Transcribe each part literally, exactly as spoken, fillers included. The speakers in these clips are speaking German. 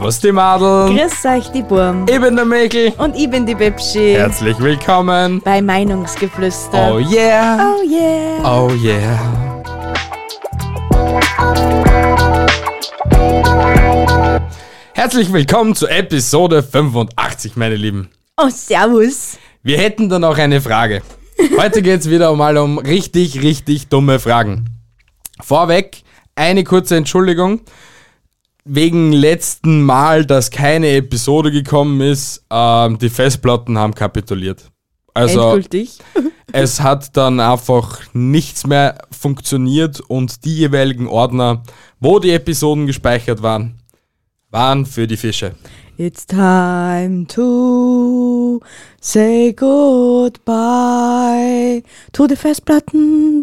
Servus die Madeln. Grüß euch die Burm. Ich bin der Mäkel. Und ich bin die Bibschi. Herzlich willkommen bei Meinungsgeflüster. Oh yeah. Oh yeah. Oh yeah. Herzlich willkommen zu Episode fünfundachtzig, meine Lieben. Oh, servus. Wir hätten da noch eine Frage. Heute geht es wieder mal um richtig, richtig dumme Fragen. Vorweg eine kurze Entschuldigung. Wegen letzten Mal, dass keine Episode gekommen ist, ähm, die Festplatten haben kapituliert. Also endgültig. Es hat dann einfach nichts mehr funktioniert und die jeweiligen Ordner, wo die Episoden gespeichert waren, waren für die Fische. It's time to say goodbye to the Festplatten.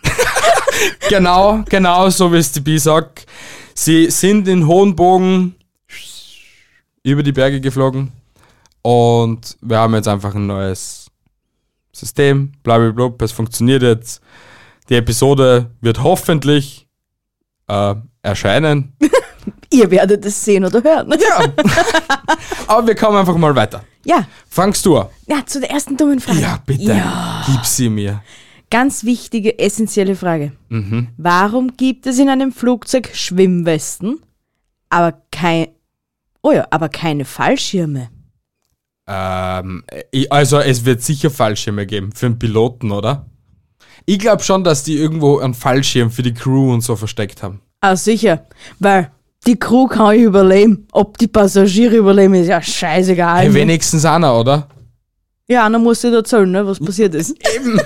Genau, genau so wie es die B sagt. Sie sind in hohen Bogen über die Berge geflogen und wir haben jetzt einfach ein neues System, blablabla, es funktioniert jetzt. Die Episode wird hoffentlich äh, erscheinen. Ihr werdet es sehen oder hören. Ja, aber wir kommen einfach mal weiter. Ja. Fangst du an? Ja, zu der ersten dummen Frage. Ja, bitte, Ja. gib sie mir. Ganz wichtige, essentielle Frage. Mhm. Warum gibt es in einem Flugzeug Schwimmwesten, aber kein, oh ja, aber keine Fallschirme? Ähm, ich- also es wird sicher Fallschirme geben für einen Piloten, oder? Ich glaube schon, dass die irgendwo einen Fallschirm für die Crew und so versteckt haben. Ah, sicher, weil die Crew kann ja überleben. Ob die Passagiere überleben, ist ja scheißegal. Hey, wenigstens einer, oder? Ja, einer muss sich erzählen, ne, was passiert ist. Eben.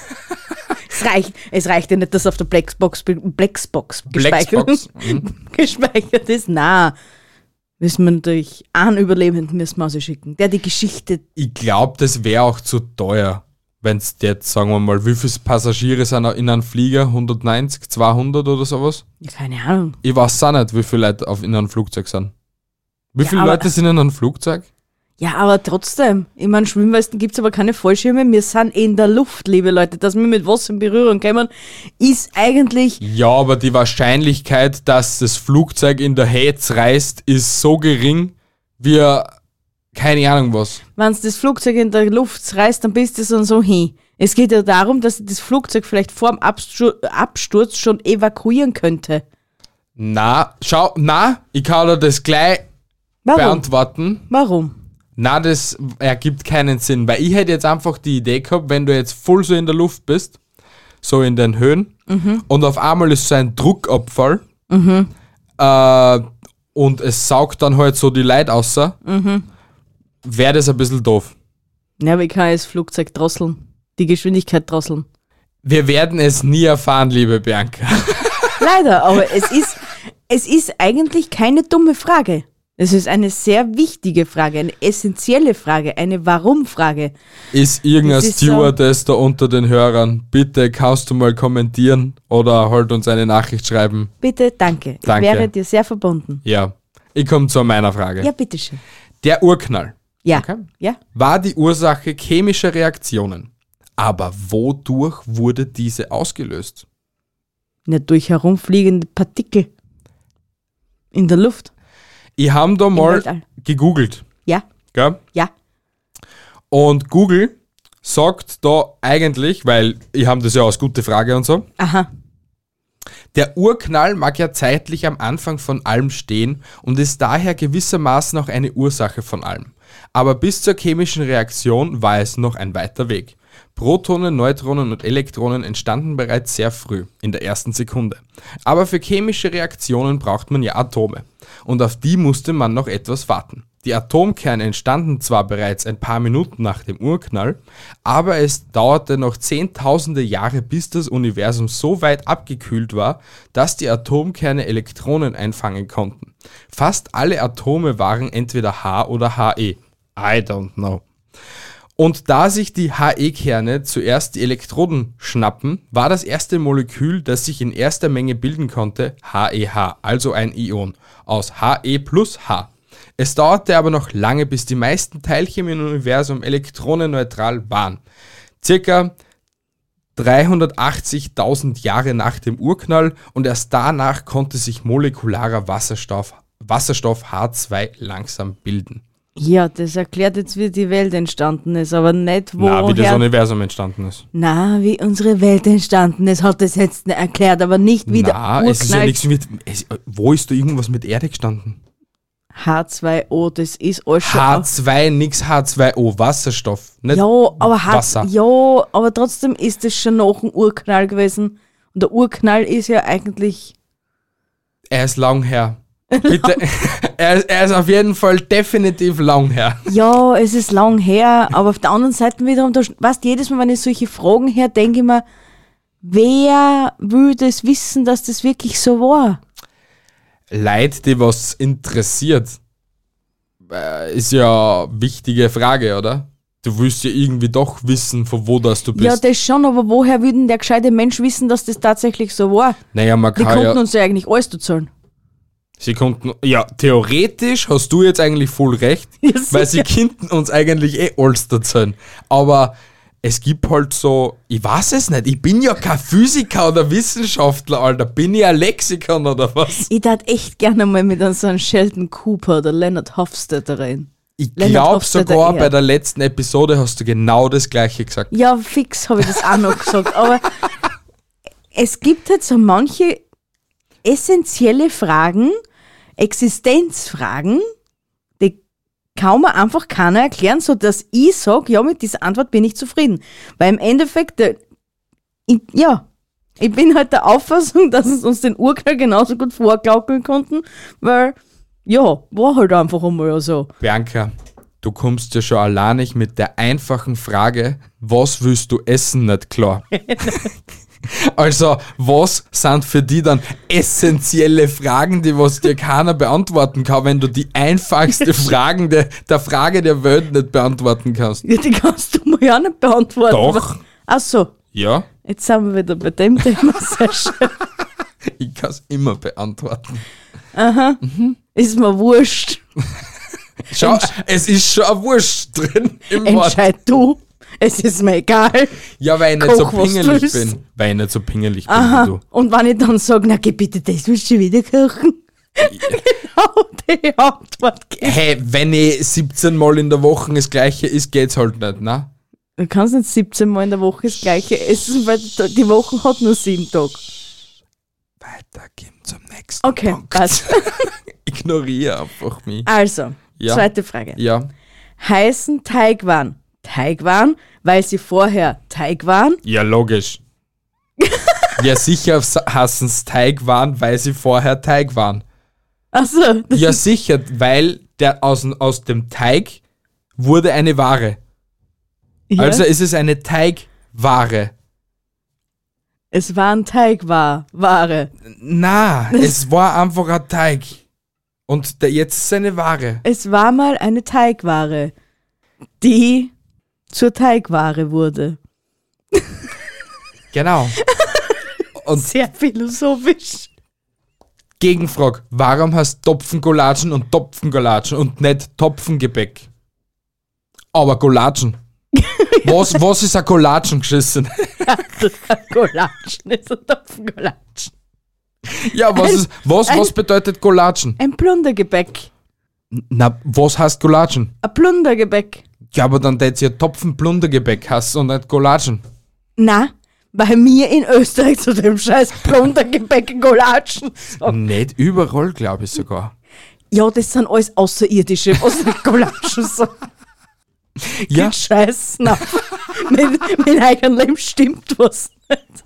Es reicht, es reicht ja nicht, dass auf der Blackbox, Blackbox gespeichert, Blackbox. Mhm. gespeichert ist. Nein, müssen wir natürlich einen Überlebenden müssen wir rausschicken, der die Geschichte... Ich glaube, das wäre auch zu teuer, wenn es jetzt, sagen wir mal, wie viele Passagiere sind in einem Flieger? hundertneunzig, zweihundert oder sowas? Ja, keine Ahnung. Ich weiß auch nicht, wie viele Leute auf, in einem Flugzeug sind. Wie Ja, viele aber- Leute sind in einem Flugzeug? Ja, aber trotzdem, ich meine, Schwimmwesten gibt es aber keine Fallschirme, wir sind in der Luft, liebe Leute, dass wir mit Wasser in Berührung kommen, ist eigentlich, Ja, aber die Wahrscheinlichkeit, dass das Flugzeug in der Hetz reißt, ist so gering, wie keine Ahnung was. wenn das Flugzeug in der Luft reißt, dann bist du so und so hin. Es geht ja darum, dass das Flugzeug vielleicht vor dem Abstur- Absturz schon evakuieren könnte. Na, schau, na, ich kann dir das gleich Warum? beantworten. Warum? Na, das ergibt keinen Sinn, weil ich hätte jetzt einfach die Idee gehabt, wenn du jetzt voll so in der Luft bist, so in den Höhen, und auf einmal ist so ein Druckabfall, äh, und es saugt dann halt so die Leute außer, wäre das ein bisschen doof. Ja, aber ich kann das Flugzeug drosseln, die Geschwindigkeit drosseln. Wir werden es nie erfahren, liebe Bianca. Leider, aber es ist, es ist eigentlich keine dumme Frage. Es ist eine sehr wichtige Frage, eine essentielle Frage, eine Warum-Frage. Ist irgendein Das ist so- Stewardess da unter den Hörern? Bitte kannst du mal kommentieren oder halt uns eine Nachricht schreiben. Bitte, danke. Danke. Ich wäre dir sehr verbunden. Ja, ich komme zu meiner Frage. Ja, bitteschön. Der Urknall Ja, Okay. ja. war die Ursache chemischer Reaktionen. Aber wodurch wurde diese ausgelöst? Nicht durch herumfliegende Partikel in der Luft. Ich habe da mal Weltall. gegoogelt. Ja, Gell? ja. Und Google sagt da eigentlich, weil ich habe das ja als gute Frage und so, Aha. der Urknall mag ja zeitlich am Anfang von allem stehen und ist daher gewissermaßen auch eine Ursache von allem. Aber bis zur chemischen Reaktion war es noch ein weiter Weg. Protonen, Neutronen und Elektronen entstanden bereits sehr früh, in der ersten Sekunde. Aber für chemische Reaktionen braucht man ja Atome. Und auf die musste man noch etwas warten. Die Atomkerne entstanden zwar bereits ein paar Minuten nach dem Urknall, aber es dauerte noch zehntausende Jahre, bis das Universum so weit abgekühlt war, dass die Atomkerne Elektronen einfangen konnten. Fast alle Atome waren entweder H oder He. I don't know. Und da sich die He-Kerne zuerst die Elektroden schnappen, war das erste Molekül, das sich in erster Menge bilden konnte, HeH, also ein Ion, aus He plus H. Es dauerte aber noch lange, bis die meisten Teilchen im Universum elektronenneutral waren. Circa dreihundertachtzigtausend Jahre nach dem Urknall und erst danach konnte sich molekularer Wasserstoff Wasserstoff H zwei langsam bilden? Ja, das erklärt jetzt, wie die Welt entstanden ist, aber nicht, woher... Na, wie das Universum entstanden ist. Na, wie unsere Welt entstanden ist, hat das jetzt nicht erklärt, aber nicht wie Na, der es ist ja Urknall. nichts mit... Es, wo ist da irgendwas mit Erde gestanden? H zwei O, das ist alles schon... H zwei, nix H zwei O, Wasserstoff. Nicht Ja, aber H- Wasser. ja, aber trotzdem ist es schon nach dem Urknall gewesen. Und der Urknall ist ja eigentlich... Er ist lang her. Bitte, er, ist, er ist auf jeden Fall definitiv lang her. Ja, es ist lang her, aber auf der anderen Seite wiederum, da, weißt, jedes Mal, wenn ich solche Fragen her, denke ich mir, wer will das wissen, dass das wirklich so war? Leute, die was interessiert, äh, ist ja eine wichtige Frage, oder? Du willst ja irgendwie doch wissen, von wo das du bist. Ja, das schon, aber woher würde denn der gescheite Mensch wissen, dass das tatsächlich so war? naja, man Die kann konnten ja... uns ja eigentlich alles erzählen. Sie konnten... Ja, theoretisch hast du jetzt eigentlich voll recht, Ja, weil sie sicher. könnten uns eigentlich eh alles erzählen. Aber es gibt halt so... Ich weiß es nicht, ich bin ja kein Physiker oder Wissenschaftler, Alter. Bin ich ein Lexikon oder was? Ich darf echt gerne mal mit so einem Sheldon Cooper oder Leonard Hofstadter rein. Ich Leonard glaube Hofstadter sogar, eher. bei der letzten Episode hast du genau das Gleiche gesagt. Ja, fix habe ich das auch noch gesagt. Aber es gibt halt so manche essentielle Fragen, Existenzfragen, die kann man einfach keiner erklären, sodass ich sage, ja, mit dieser Antwort bin ich zufrieden. Weil im Endeffekt, der, ich, ja, ich bin halt der Auffassung, dass es uns den Urknall genauso gut vorgaukeln konnten, weil, ja, war halt einfach einmal so. Bianca, du kommst ja schon allein nicht mit der einfachen Frage, was willst du essen, nicht klar. Also, was sind für die dann essentielle Fragen, die was dir keiner beantworten kann, wenn du die einfachste Fragen der, der Frage der Welt nicht beantworten kannst? Ja, die kannst du mir ja nicht beantworten. Doch. Ach so, Ja, jetzt sind wir wieder bei dem Thema. Sehr schön. ich kann es immer beantworten. Ist mir wurscht. Schau, es ist schon ein Wurst drin im Wort. Entscheid du. Es ist mir egal. Ja, weil ich nicht so Koch, was pingelig willst. bin. Weil ich nicht so pingelig bin Aha. wie du. Und wenn ich dann sage, na geh bitte, das willst du schon wieder kochen? Genau die Antwort geben. Hey, wenn ich siebzehn Mal in der Woche das Gleiche isst, geht's halt nicht, ne? Du kannst nicht siebzehn Mal in der Woche das Gleiche essen, weil die Woche hat nur sieben Tage. Weitergehen zum nächsten Okay, Punkt. passt. Ignoriere einfach mich. Also, Ja. zweite Frage. Ja, Heißen Teigwaren Teigwaren, weil sie vorher Teig waren? ja, logisch. Ja, sicher hassen es Teigwaren, weil sie vorher Teig waren. Achso, das Ja, ist, sicher, weil der aus, aus dem Teig wurde eine Ware. ja, Also ist es eine Teigware. es war ein Teigware. Ware. Na, es war einfach ein Teig. Und der, jetzt ist es eine Ware. Es war mal eine Teigware, die zur Teigware wurde. Genau. Und Sehr philosophisch. Gegenfrage, warum heißt Topfengolatschen und Topfengolatschen und nicht Topfengebäck? Aber Golatschen. Was, was ist ein Golatschen geschissen? Golatschen ist ein Topfengolatschen. Ja, was, Ein- ist, was, ein- was bedeutet Golatschen? Ein Plundergebäck. Na, was heißt Golatschen? Ein Plundergebäck. Ja, aber dann hätte ja Topfenplundergebäck heißt und nicht Golatschen. Na, weil mir in Österreich zu dem scheiß Plundergebäck Golatschen sagen. Nicht überall, glaube ich sogar. Ja, das sind alles Außerirdische, was nicht Golatschen sagen. Ja, Scheiß, na, mit, mit eigenem Leben stimmt was nicht.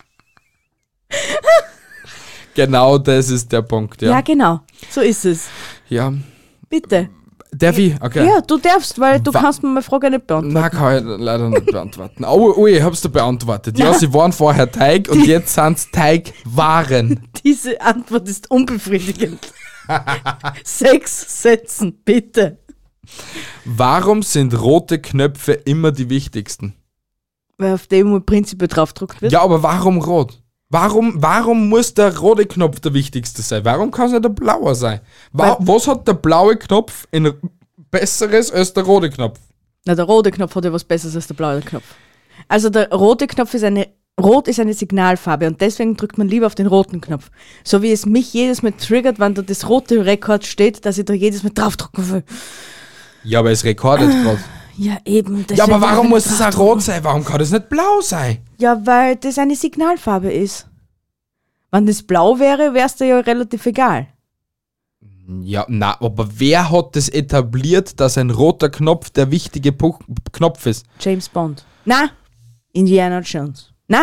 genau das ist der Punkt, Ja. ja. genau, so ist es. Ja. Bitte. Darf ich? Okay. Ja, du darfst, weil du Wa- kannst mir meine Frage nicht beantworten. Na, kann ich leider nicht beantworten. Oh, oh, ich hab's dir beantwortet. Ja, Na. sie waren vorher Teig und jetzt sind's Teigwaren. Diese Antwort ist unbefriedigend. Sechs Sätzen, bitte. Warum sind rote Knöpfe immer die wichtigsten? Weil auf dem prinzipiell draufgedruckt wird. Ja, aber warum rot? Warum, warum muss der rote Knopf der wichtigste sein? Warum kann es nicht der blaue sein? Wa Weil- was hat der blaue Knopf in Besseres als der rote Knopf? Na, der rote Knopf hat ja was Besseres als der blaue Knopf. Also der rote Knopf ist eine Rot ist eine Signalfarbe und deswegen drückt man lieber auf den roten Knopf. So wie es mich jedes Mal triggert, wenn da das rote Rekord steht, dass ich da jedes Mal draufdrücken will. Ja, aber es rekordet gerade. Ja, eben. Ja, aber warum muss es auch draufdrücken. rot sein? Warum kann das nicht blau sein? Ja, weil das eine Signalfarbe ist. Wenn das blau wäre, wäre es dir ja relativ egal. Ja, na, aber wer hat das etabliert, dass ein roter Knopf der wichtige Pu- Knopf ist? James Bond. Na, Indiana Jones. Na,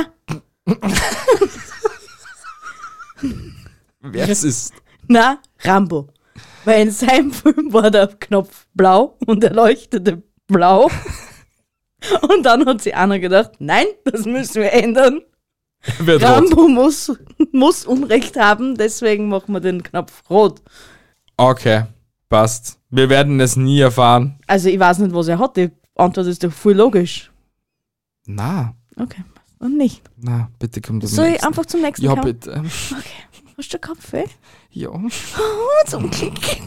Wer es ist? na, Rambo. Weil in seinem Film war der Knopf blau und er leuchtete blau. Und dann hat sich einer gedacht, nein, das müssen wir ändern. Wird rot. Rambo muss, muss Unrecht haben, deswegen machen wir den Knopf rot. Okay, passt. Wir werden es nie erfahren. Also ich weiß nicht, was er hat, die Antwort ist doch voll logisch. Na, Okay, und nicht. na, bitte komm zum Soll ich nächsten. einfach zum nächsten Ja, kommen? bitte. Okay, hast du Kaffee? Ja. Oh, zum Glück.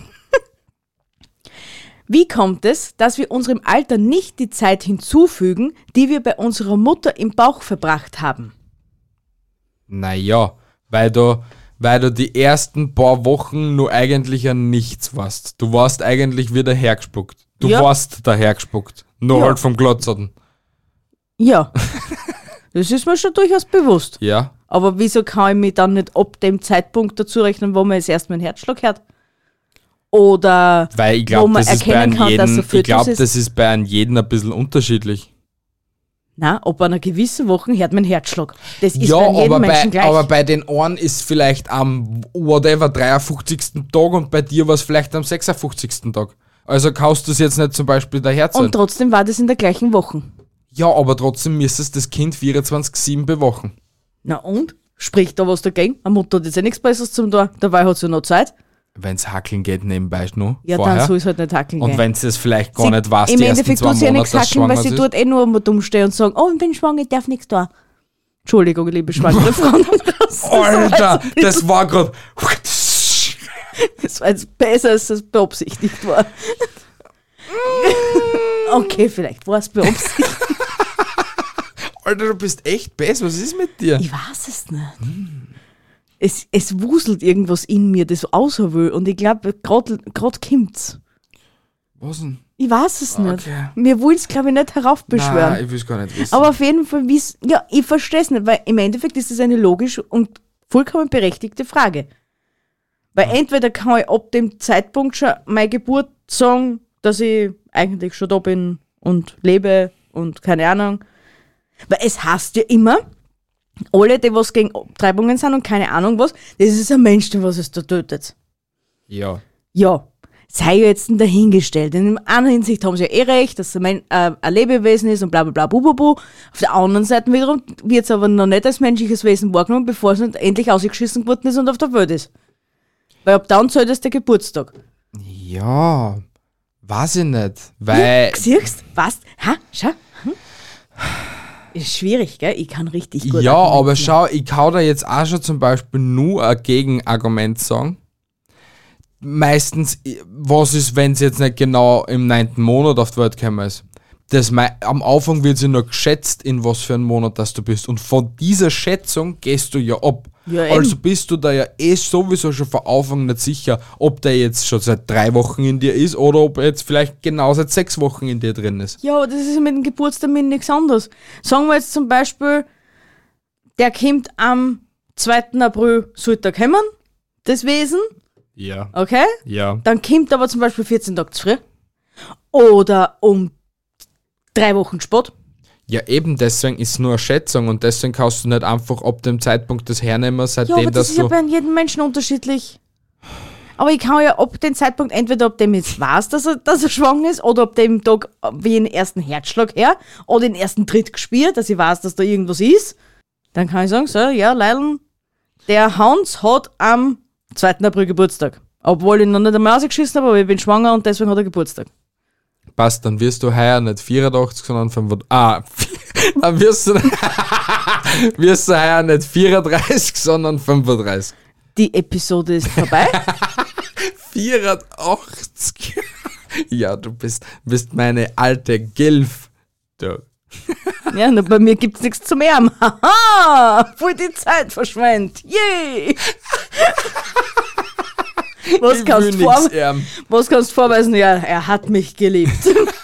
Wie kommt es, dass wir unserem Alter nicht die Zeit hinzufügen, die wir bei unserer Mutter im Bauch verbracht haben? Naja, weil du, weil du die ersten paar Wochen nur eigentlich an nichts warst. Du warst eigentlich wieder hergespuckt. Du Ja. warst dahergespuckt. Nur Ja. halt vom Glotzerten. Ja, das ist mir schon durchaus bewusst. Ja. Aber wieso kann ich mich dann nicht ab dem Zeitpunkt dazu rechnen, wo man jetzt erst meinen Herzschlag hört? Oder Weil ich wo glaube, man das ist bei erkennen einem kann, dass jeden, er ich Fötus glaube, ist? das ist bei einem jeden ein bisschen unterschiedlich. Na, ab einer gewissen Woche hört mein Herzschlag. Das ist Ja, bei jedem aber bei, Menschen gleich. aber bei den einen ist vielleicht am whatever dreiundfünfzigsten Tag und bei dir war es vielleicht am sechsundfünfzigsten Tag. Also kannst du es jetzt nicht zum Beispiel daher Und trotzdem war das in der gleichen Woche. Ja, aber trotzdem müsstest das Kind vierundzwanzig sieben bewachen. Na und? Spricht da was dagegen? Eine Mutter hat jetzt eh nichts Besseres zum tun. Dabei hat sie noch Zeit. Wenn es hackeln geht nebenbei noch Ja, vorher. dann soll es halt nicht hackeln Und gehen. wenn sie es vielleicht gar Sie- nicht weiß, Im die ersten Endeffekt zwei tut sie ja Monate, nichts dass hackeln, weil schwanger sie ist. tut eh nur immer dumm stehen und sagen, oh, ich bin schwanger, ich darf nichts tun. Entschuldigung, liebe schwangere Frauen. Alter, das war gerade... Das war jetzt besser, als es beabsichtigt war. Okay, vielleicht war es beabsichtigt. Alter, du bist echt besser. Was ist mit dir? Ich weiß es nicht. Es, es wuselt irgendwas in mir, das außer will. Und ich glaube, gerade kommt's. Was denn? Ich weiß es nicht. Okay. Mir will es, glaube ich, nicht heraufbeschwören. Nein, ich will es gar nicht wissen. Aber auf jeden Fall, wie's, ja, ich verstehe es nicht, weil im Endeffekt ist es eine logisch und vollkommen berechtigte Frage. Weil entweder kann ich ab dem Zeitpunkt schon meine Geburt sagen, dass ich eigentlich schon da bin und lebe und keine Ahnung. Weil es heißt ja immer, alle, die was gegen Abtreibungen sind und keine Ahnung was, das ist ein Mensch, der was es da tötet. Ja. Ja, sei ja jetzt dahingestellt. In einer Hinsicht haben sie ja eh recht, dass ein, Men- äh, ein Lebewesen ist und bla bla bla bu, bu, bu. Auf der anderen Seite wiederum wird es aber noch nicht als menschliches Wesen wahrgenommen, bevor es nicht endlich ausgeschissen geworden ist und auf der Welt ist. Weil ab dann zählt es der Geburtstag. Ja, weiß ich nicht. Weil... Siehst du? Was? Ha? Schau. Hm? Ist schwierig, gell? Ich kann richtig gut Ja, aber argumentieren. schau, ich kann da jetzt auch schon zum Beispiel nur ein Gegenargument sagen. Meistens, was ist, wenn es jetzt nicht genau im neunten Monat auf die Welt gekommen ist? Das mei- am Anfang wird sie nur geschätzt, in was für einem Monat das du bist. Und von dieser Schätzung gehst du ja ab. Ja, eben. Also bist du da ja eh sowieso schon von Anfang nicht sicher, ob der jetzt schon seit drei Wochen in dir ist oder ob er jetzt vielleicht genau seit sechs Wochen in dir drin ist. Ja, aber das ist ja mit dem Geburtstermin nichts anderes. Sagen wir jetzt zum Beispiel, der kommt am zweiten April, sollte er kommen, das Wesen, Ja. okay? Ja. Dann kommt aber zum Beispiel vierzehn Tage zu früh. Oder um drei Wochen spät. Ja, eben deswegen ist es nur eine Schätzung und deswegen kannst du nicht einfach ab dem Zeitpunkt das hernehmen, Ja, seitdem aber das dass ist ja du. bei jedem Menschen unterschiedlich. Aber ich kann ja ab dem Zeitpunkt, entweder ab dem jetzt weiß, dass er, dass er schwanger ist, oder ab dem Tag, wie den ersten Herzschlag her, oder den ersten Tritt gespürt, dass ich weiß, dass da irgendwas ist, dann kann ich sagen, so, ja, Leilen, der Hans hat am zweiten April Geburtstag. Obwohl ich noch nicht einmal ausgeschissen habe, aber ich bin schwanger und deswegen hat er Geburtstag. Passt, dann wirst du heuer nicht vierundachtzig, sondern fünfundachtzig. Ah, dann wirst du, wirst du heuer nicht vierunddreißig, sondern fünfunddreißig. Die Episode ist vorbei. vierundachtzig. Ja, du bist, bist meine alte Gilf. Du. Ja, nur bei mir gibt's nichts zum Ärmen. Haha, voll die Zeit verschwendet. Yay! Was Ich kannst will du nix vor, ärmen. was kannst du vorweisen? Ja, er hat mich geliebt.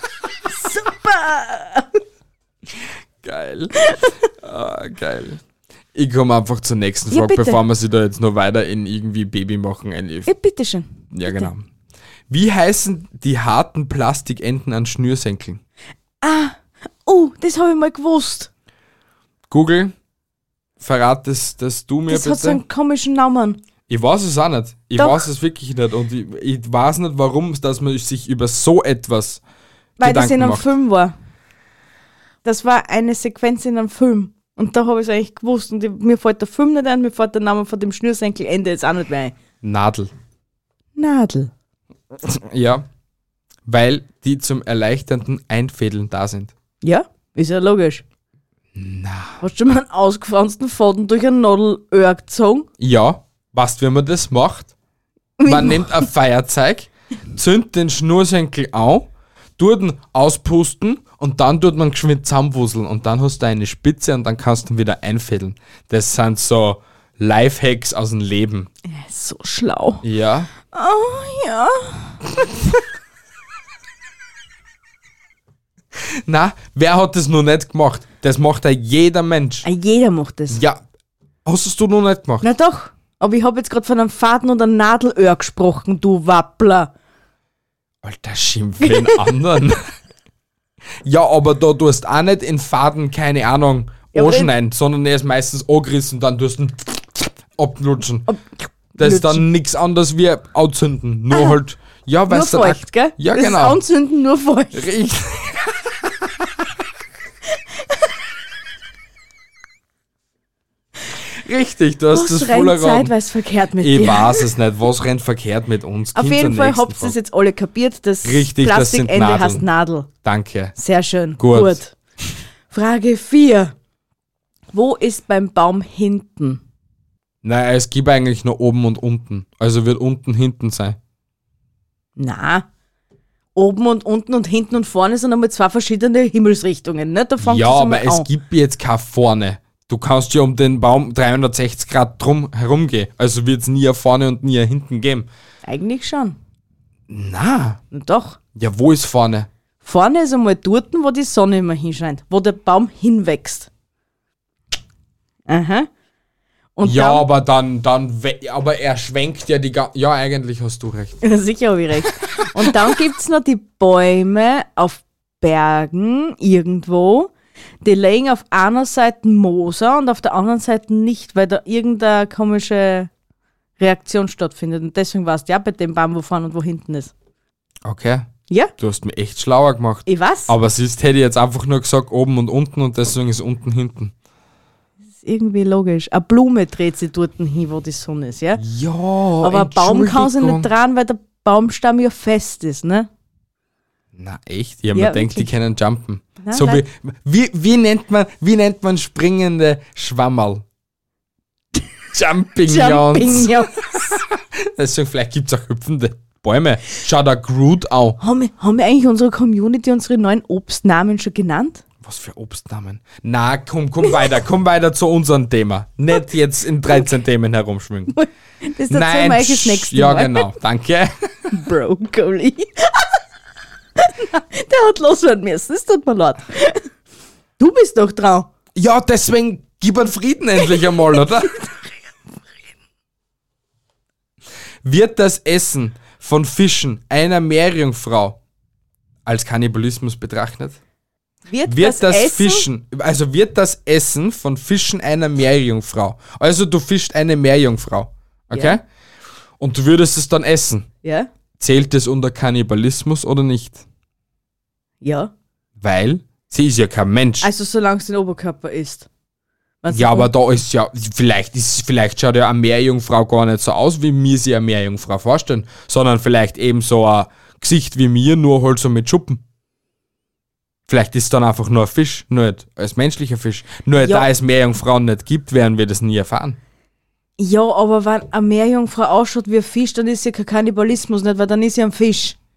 Super! Geil. Ah, geil. Ich komme einfach zur nächsten Ja, Frage, bitte. bevor wir sie da jetzt noch weiter in irgendwie Baby machen. Ein Ja, bitteschön. Ja, genau. Wie heißen die harten Plastikenden an Schnürsenkeln? Oh, das habe ich mal gewusst. Google, verrat das, das du mir Das hat so bitte. einen komischen Namen. Ich weiß es auch nicht. Ich Doch. weiß es wirklich nicht. Und ich, ich weiß nicht, warum, dass man sich über so etwas Weil das Gedanken in einem macht. Film war. Das war eine Sequenz in einem Film. Und da habe ich es eigentlich gewusst. Und ich, mir fällt der Film nicht ein, mir fällt der Name von dem Schnürsenkelende jetzt auch nicht mehr ein. Nadel. Nadel. Ja, weil die zum erleichternden Einfädeln da sind. Ja, ist ja logisch. Na. Hast du mal einen ausgefransten Faden durch ein Nadelöhr gezogen? Ja, weißt du, wie man das macht? Man nimmt ein Feuerzeug, zündet den Schnursenkel an, tut ihn auspusten und dann tut man geschwind zusammenwuseln und dann hast du eine Spitze und dann kannst du ihn wieder einfädeln. Das sind so Lifehacks aus dem Leben. Er ist so schlau. Ja. Oh ja. Na, wer hat das noch nicht gemacht? Das macht ja jeder Mensch. Ah, jeder macht das. Ja, hast es du noch nicht gemacht? Na doch. Aber ich habe jetzt gerade von einem Faden und einem Nadelöhr gesprochen, du Wappler. Alter, schimpf den anderen. Ja, aber da tust auch nicht in Faden, keine Ahnung, Ja, aber anschneiden, sondern er ist meistens angerissen, dann tust du ihn abnutschen. Ob- Das ist lutschen. dann nichts anderes wie anzünden. Nur halt, ja, Nur weißt du, feucht, gell? Ja, das genau. Ist Anzünden nur feucht. Richtig. Richtig, du hast Was das voller rennt Raum. zeitweise verkehrt mit Ich dir? weiß es nicht, was rennt verkehrt mit uns? Auf Kommt jeden zur Fall nächsten habt ihr Frage. das jetzt alle kapiert. Das Richtig, das sind Plastikende Nadeln. heißt Nadel. Danke. Sehr schön. Gut. Frage vier. Wo ist beim Baum hinten? Naja, es gibt eigentlich nur oben und unten. Also wird unten hinten sein. Na, oben und unten und hinten und vorne sind einmal zwei verschiedene Himmelsrichtungen. Ne? Da fängt Ja, das aber einmal es an. gibt jetzt kein vorne. Du kannst ja um den Baum dreihundertsechzig Grad drum herumgehen. Also wird es nie ein vorne und nie ein hinten geben. Eigentlich schon. Na, Na doch. ja, wo ist vorne? Vorne ist einmal dort, wo die Sonne immer hinscheint, wo der Baum hinwächst. Aha. Und Ja, dann, aber dann, dann, we- aber er schwenkt ja die ga- Ja, eigentlich hast du recht. sicher habe ich recht. Und dann gibt es noch die Bäume auf Bergen irgendwo, die legen auf einer Seite Moser und auf der anderen Seite nicht, weil da irgendeine komische Reaktion stattfindet. Und deswegen weißt du ja bei dem Baum, wo vorne und wo hinten ist. Okay, Ja, du hast mich echt schlauer gemacht. ich weiß. Aber siehst, hätte ich jetzt einfach nur gesagt oben und unten und deswegen ist unten hinten. Das ist irgendwie logisch. Eine Blume dreht sich dort hin, wo die Sonne ist, ja? Ja, Aber ein Baum kann sich nicht dran, weil der Baumstamm ja fest ist, ne? Na echt? Ich hab Ja, mir gedacht, die wirklich. können jumpen. Na, so wie, leid. wie, wie, nennt man, wie nennt man springende Schwammerl? Jumping Jans. Champignons. Deswegen vielleicht gibt es auch hüpfende Bäume. Schau da Groot an. Haben wir, haben wir eigentlich unsere Community unsere neuen Obstnamen schon genannt? Was für Obstnamen? Na, komm, komm weiter, komm weiter zu unserem Thema. Nicht jetzt in dreizehn Themen herumschwingen. Das erzählen wir euch das tsch, nächste ja Mal. genau, danke. Brokkoli. Der hat loswerden müssen, das tut mir leid. Du bist doch dran. Ja, deswegen gib einen Frieden endlich einmal, oder? Wird das Essen von Fischen einer Meerjungfrau als Kannibalismus betrachtet? Wird, Wird das, das, Essen? Fischen, also wird das Essen von Fischen einer Meerjungfrau? Also du fischst eine Meerjungfrau, okay? Ja. Und du würdest es dann essen. Ja? Zählt es unter Kannibalismus oder nicht? Ja. Weil sie ist ja kein Mensch. Also solange es den Oberkörper ist. Wenn's ja, den aber da ist ja, vielleicht, ist, vielleicht schaut ja eine Meerjungfrau gar nicht so aus, wie wir sie eine Meerjungfrau vorstellen, sondern vielleicht eben so ein Gesicht wie mir, nur halt so mit Schuppen. Vielleicht ist es dann einfach nur ein Fisch, nur nicht als menschlicher Fisch. Nur Ja. da es Meerjungfrauen nicht gibt, werden wir das nie erfahren. Ja, aber wenn eine Meerjungfrau ausschaut wie ein Fisch, dann ist ja kein Kannibalismus nicht, weil dann ist ja ein Fisch.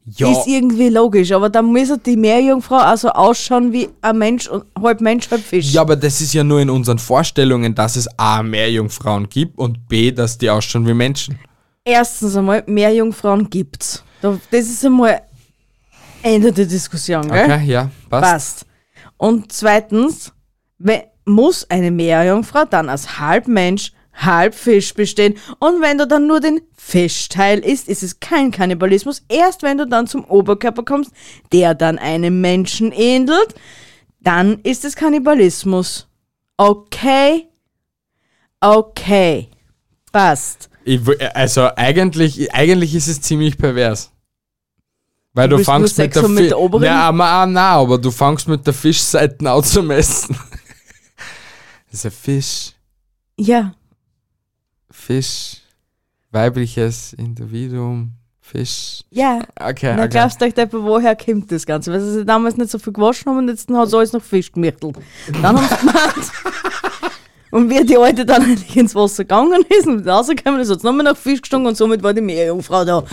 Ja. Ist irgendwie logisch, aber dann müsste die Meerjungfrau also ausschauen wie ein Mensch, und halb Mensch, halb Fisch. Ja, aber das ist ja nur in unseren Vorstellungen, dass es A, Meerjungfrauen gibt und B, dass die ausschauen wie Menschen. Erstens einmal, Meerjungfrauen gibt's. Da- Das ist einmal Ende der Diskussion, gell? Okay, ja, passt. Passt. Und zweitens, we- muss eine Meerjungfrau dann als halb Mensch, halb Fisch bestehen. Und wenn du dann nur den Fischteil isst, ist es kein Kannibalismus. Erst wenn du dann zum Oberkörper kommst, der dann einem Menschen ähnelt, dann ist es Kannibalismus. Okay? Okay. Passt. Ich, w- also eigentlich, eigentlich ist es ziemlich pervers. Weil Du du, willst nur fangst mit Sex der, haben mit Fi- der oberen? Ja, aber auch nein, aber du fangst mit der Fischseite auch zu messen. Das ist ein Fisch, Ja. Fisch, weibliches Individuum, Fisch. Ja. Okay, Na, okay. glaubst du euch, Deppe, woher kommt das Ganze? Weil sie damals nicht so viel gewaschen haben und jetzt hat sie alles noch Fisch gemichtelt. Dann haben sie gemeint. Und wie die Alte dann endlich ins Wasser gegangen ist und wieder rausgekommen ist, hat es nochmal nach Fisch gestunken und somit war die Meerjungfrau da.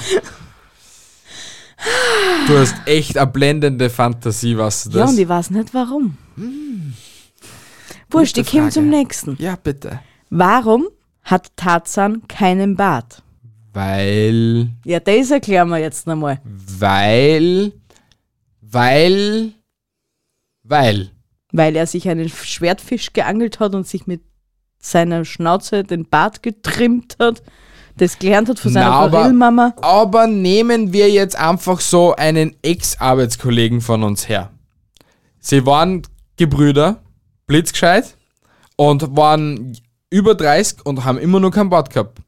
Du hast echt eine blendende Fantasie, was du Ja, das? und ich weiß nicht warum. Wurscht, Gute ich komme Frage. zum nächsten. Ja, bitte. Warum hat Tarzan keinen Bart? Weil, Ja, das erklären wir jetzt nochmal. weil, weil, weil. Weil er sich einen Schwertfisch geangelt hat und sich mit seiner Schnauze den Bart getrimmt hat, das gelernt hat von seiner Na, aber- Gorillmama. Aber nehmen wir jetzt einfach so einen Ex-Arbeitskollegen von uns her. Sie waren Gebrüder, blitzgescheit und waren über dreißig und haben immer noch kein Bart gehabt.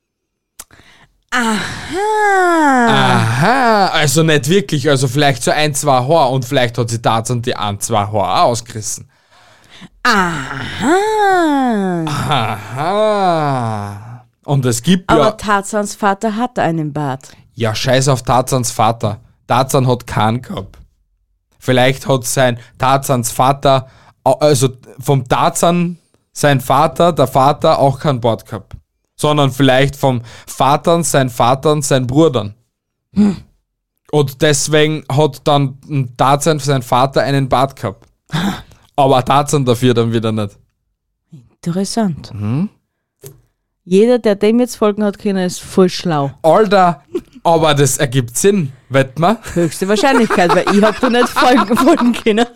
Aha. Aha, also nicht wirklich, also vielleicht so ein, zwei Haare und vielleicht hat sie Tarzan die ein, zwei Haare auch ausgerissen. Aha. Aha. Und es gibt Aber ja, Tarzans Vater hatte einen Bart. ja, scheiß auf Tarzans Vater. Tarzan hat keinen gehabt. Vielleicht hat sein Tarzans Vater, also vom Tarzan sein Vater, der Vater auch keinen Bart gehabt. Sondern vielleicht vom Vater, sein Vater, sein Bruder. Hm. Und deswegen hat dann Tarzan sein Vater einen Bart gehabt. Aber Tarzan dafür dann wieder nicht. Interessant. Jeder, der dem jetzt folgen hat können, ist voll schlau. Alter, aber das ergibt Sinn, wett man? Höchste Wahrscheinlichkeit, weil ich hab da nicht folgen, folgen können.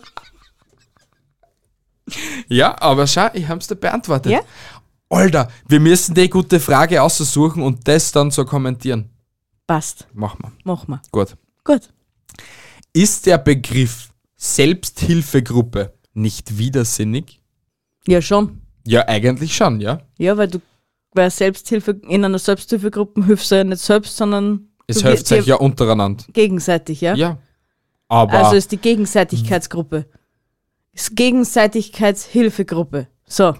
Ja, aber schau, ich hab's dir beantwortet. Ja? Alter, wir müssen die gute Frage aussuchen und das dann so kommentieren. Passt. Machen wir. Mach mal. Gut. Gut. Ist der Begriff Selbsthilfegruppe nicht widersinnig? Ja, schon. Ja, eigentlich schon, ja. Ja, weil du bei Selbsthilfe, in einer Selbsthilfegruppe hilfst du ja nicht selbst, sondern Es du hilft dir sich ja untereinander. gegenseitig, ja? Ja. Aber Also ist die Gegenseitigkeitsgruppe. Ist Gegenseitigkeitshilfegruppe. So.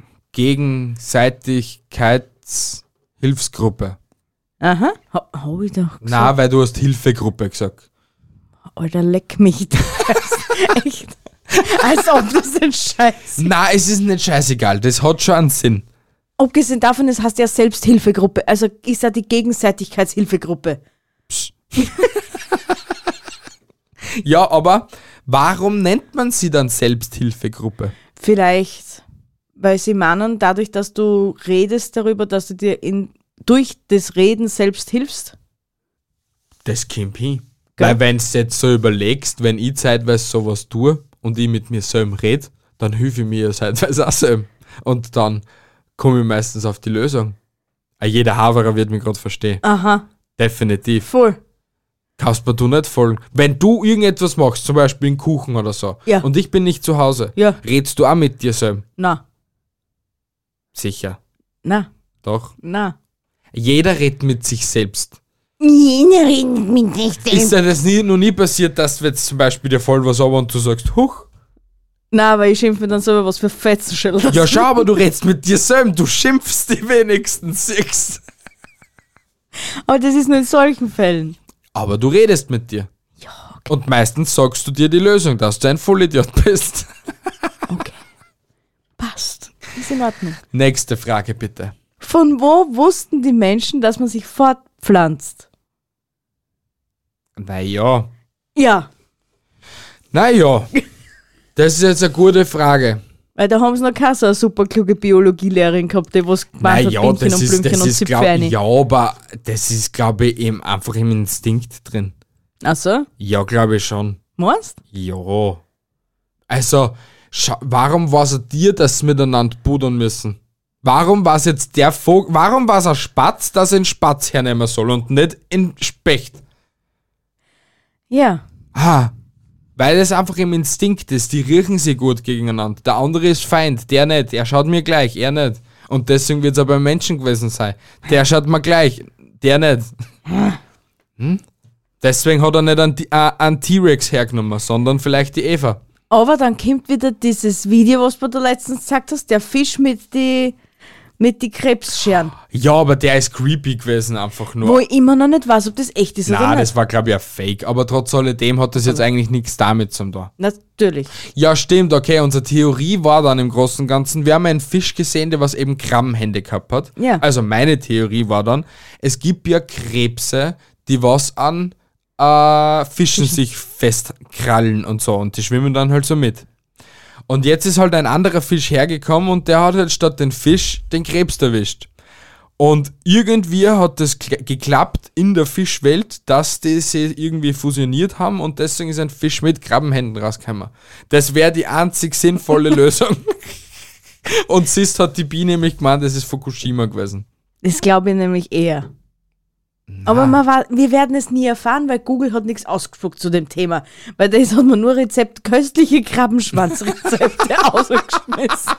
Gegenseitigkeitshilfsgruppe. Aha. Ha, hab ich doch gesagt. Na, weil du hast Hilfegruppe gesagt. Alter, leck mich. Echt. Als ob das ein Scheiß. Na, es ist nicht scheißegal, das hat schon einen Sinn. Abgesehen davon, es heißt ja Selbsthilfegruppe. Also ist ja die Gegenseitigkeitshilfegruppe. Ja, aber warum nennt man sie dann Selbsthilfegruppe? Vielleicht, weil sie meinen, dadurch, dass du redest darüber, dass du dir in, durch das Reden selbst hilfst. Das kommt hin. Gell? Weil wenn du jetzt so überlegst, wenn ich zeitweise sowas tue und ich mit mir selber rede, dann hilfe ich mir ja zeitweise auch selber. Und dann komme ich meistens auf die Lösung. Auch jeder Haverer wird mich gerade verstehen. Aha, Definitiv. voll. Kannst mir du nicht folgen. Wenn du irgendetwas machst, zum Beispiel einen Kuchen oder so, Ja. und ich bin nicht zu Hause, Ja. redst du auch mit dir selber? Na, Sicher. na, Doch. na. Jeder redet mit sich selbst. Jeder redet mit sich Ist dir das nie, noch nie passiert, dass du jetzt zum Beispiel dir voll was aber und du sagst, huch? Na, aber ich schimpfe dann selber was für Fetzenschädel. Ja, schau, aber du redest mit dir selber, du schimpfst die wenigstens, siehst. Aber das ist nur in solchen Fällen. Aber du redest mit dir. Ja, okay. Und meistens sagst du dir die Lösung, dass du ein Vollidiot bist. okay. Passt. Ist in Ordnung. Nächste Frage bitte. Von wo wussten die Menschen, dass man sich fortpflanzt? Naja. Ja, Naja. Das ist jetzt eine gute Frage. weil da haben sie noch keine so eine super kluge Biologielehrerin gehabt, die was gemeint Naja, hat, Bienchen das und ist, Blümchen das und ist glaub, Zipfeini. ja, aber das ist, glaube ich, eben einfach im Instinkt drin. Ach so, Ja, glaube ich schon. meinst Ja. Also, schau, warum war es dir, dass sie miteinander pudern müssen? Warum war es jetzt der Vogel, warum war es ein Spatz, dass er einen Spatz hernehmen soll und nicht einen Specht? Ja, Ah, weil es einfach im Instinkt ist, die riechen sich gut gegeneinander. Der andere ist Feind, der nicht, er schaut mir gleich, er nicht. Und deswegen wird es aber beim Menschen gewesen sein. Der schaut mir gleich, der nicht. Hm? Deswegen hat er nicht einen, T- äh, einen T-Rex hergenommen, sondern vielleicht die Eva. aber dann kommt wieder dieses Video, was du da letztens gesagt hast, der Fisch mit die mit die Krebsscheren, Ja, aber der ist creepy gewesen, einfach nur. wo ich immer noch nicht weiß, ob das echt ist oder Nein, nicht. das war, glaube ich, ein Fake. Aber trotz alledem hat das jetzt eigentlich nichts damit zu tun. Natürlich. Ja, stimmt, okay. Unsere Theorie war dann im Großen und Ganzen, wir haben einen Fisch gesehen, der was eben Krabbenhände gehabt hat. Ja. Also meine Theorie war dann, es gibt ja Krebse, die was an äh, Fischen sich festkrallen und so. Und die schwimmen dann halt so mit. Und jetzt ist halt ein anderer Fisch hergekommen und der hat halt statt den Fisch den Krebs erwischt. Und irgendwie hat das kla- geklappt in der Fischwelt, dass die sich irgendwie fusioniert haben und deswegen ist ein Fisch mit Krabbenhänden rausgekommen. Das wäre die einzig sinnvolle Lösung. Und Sist hat die Biene nämlich gemeint, das ist Fukushima gewesen. Das glaube ich nämlich eher. Aber man war, wir werden es nie erfahren, weil Google hat nichts ausgespuckt zu dem Thema. Weil da hat man nur Rezept, köstliche Krabbenschwanzrezepte ausgeschmissen.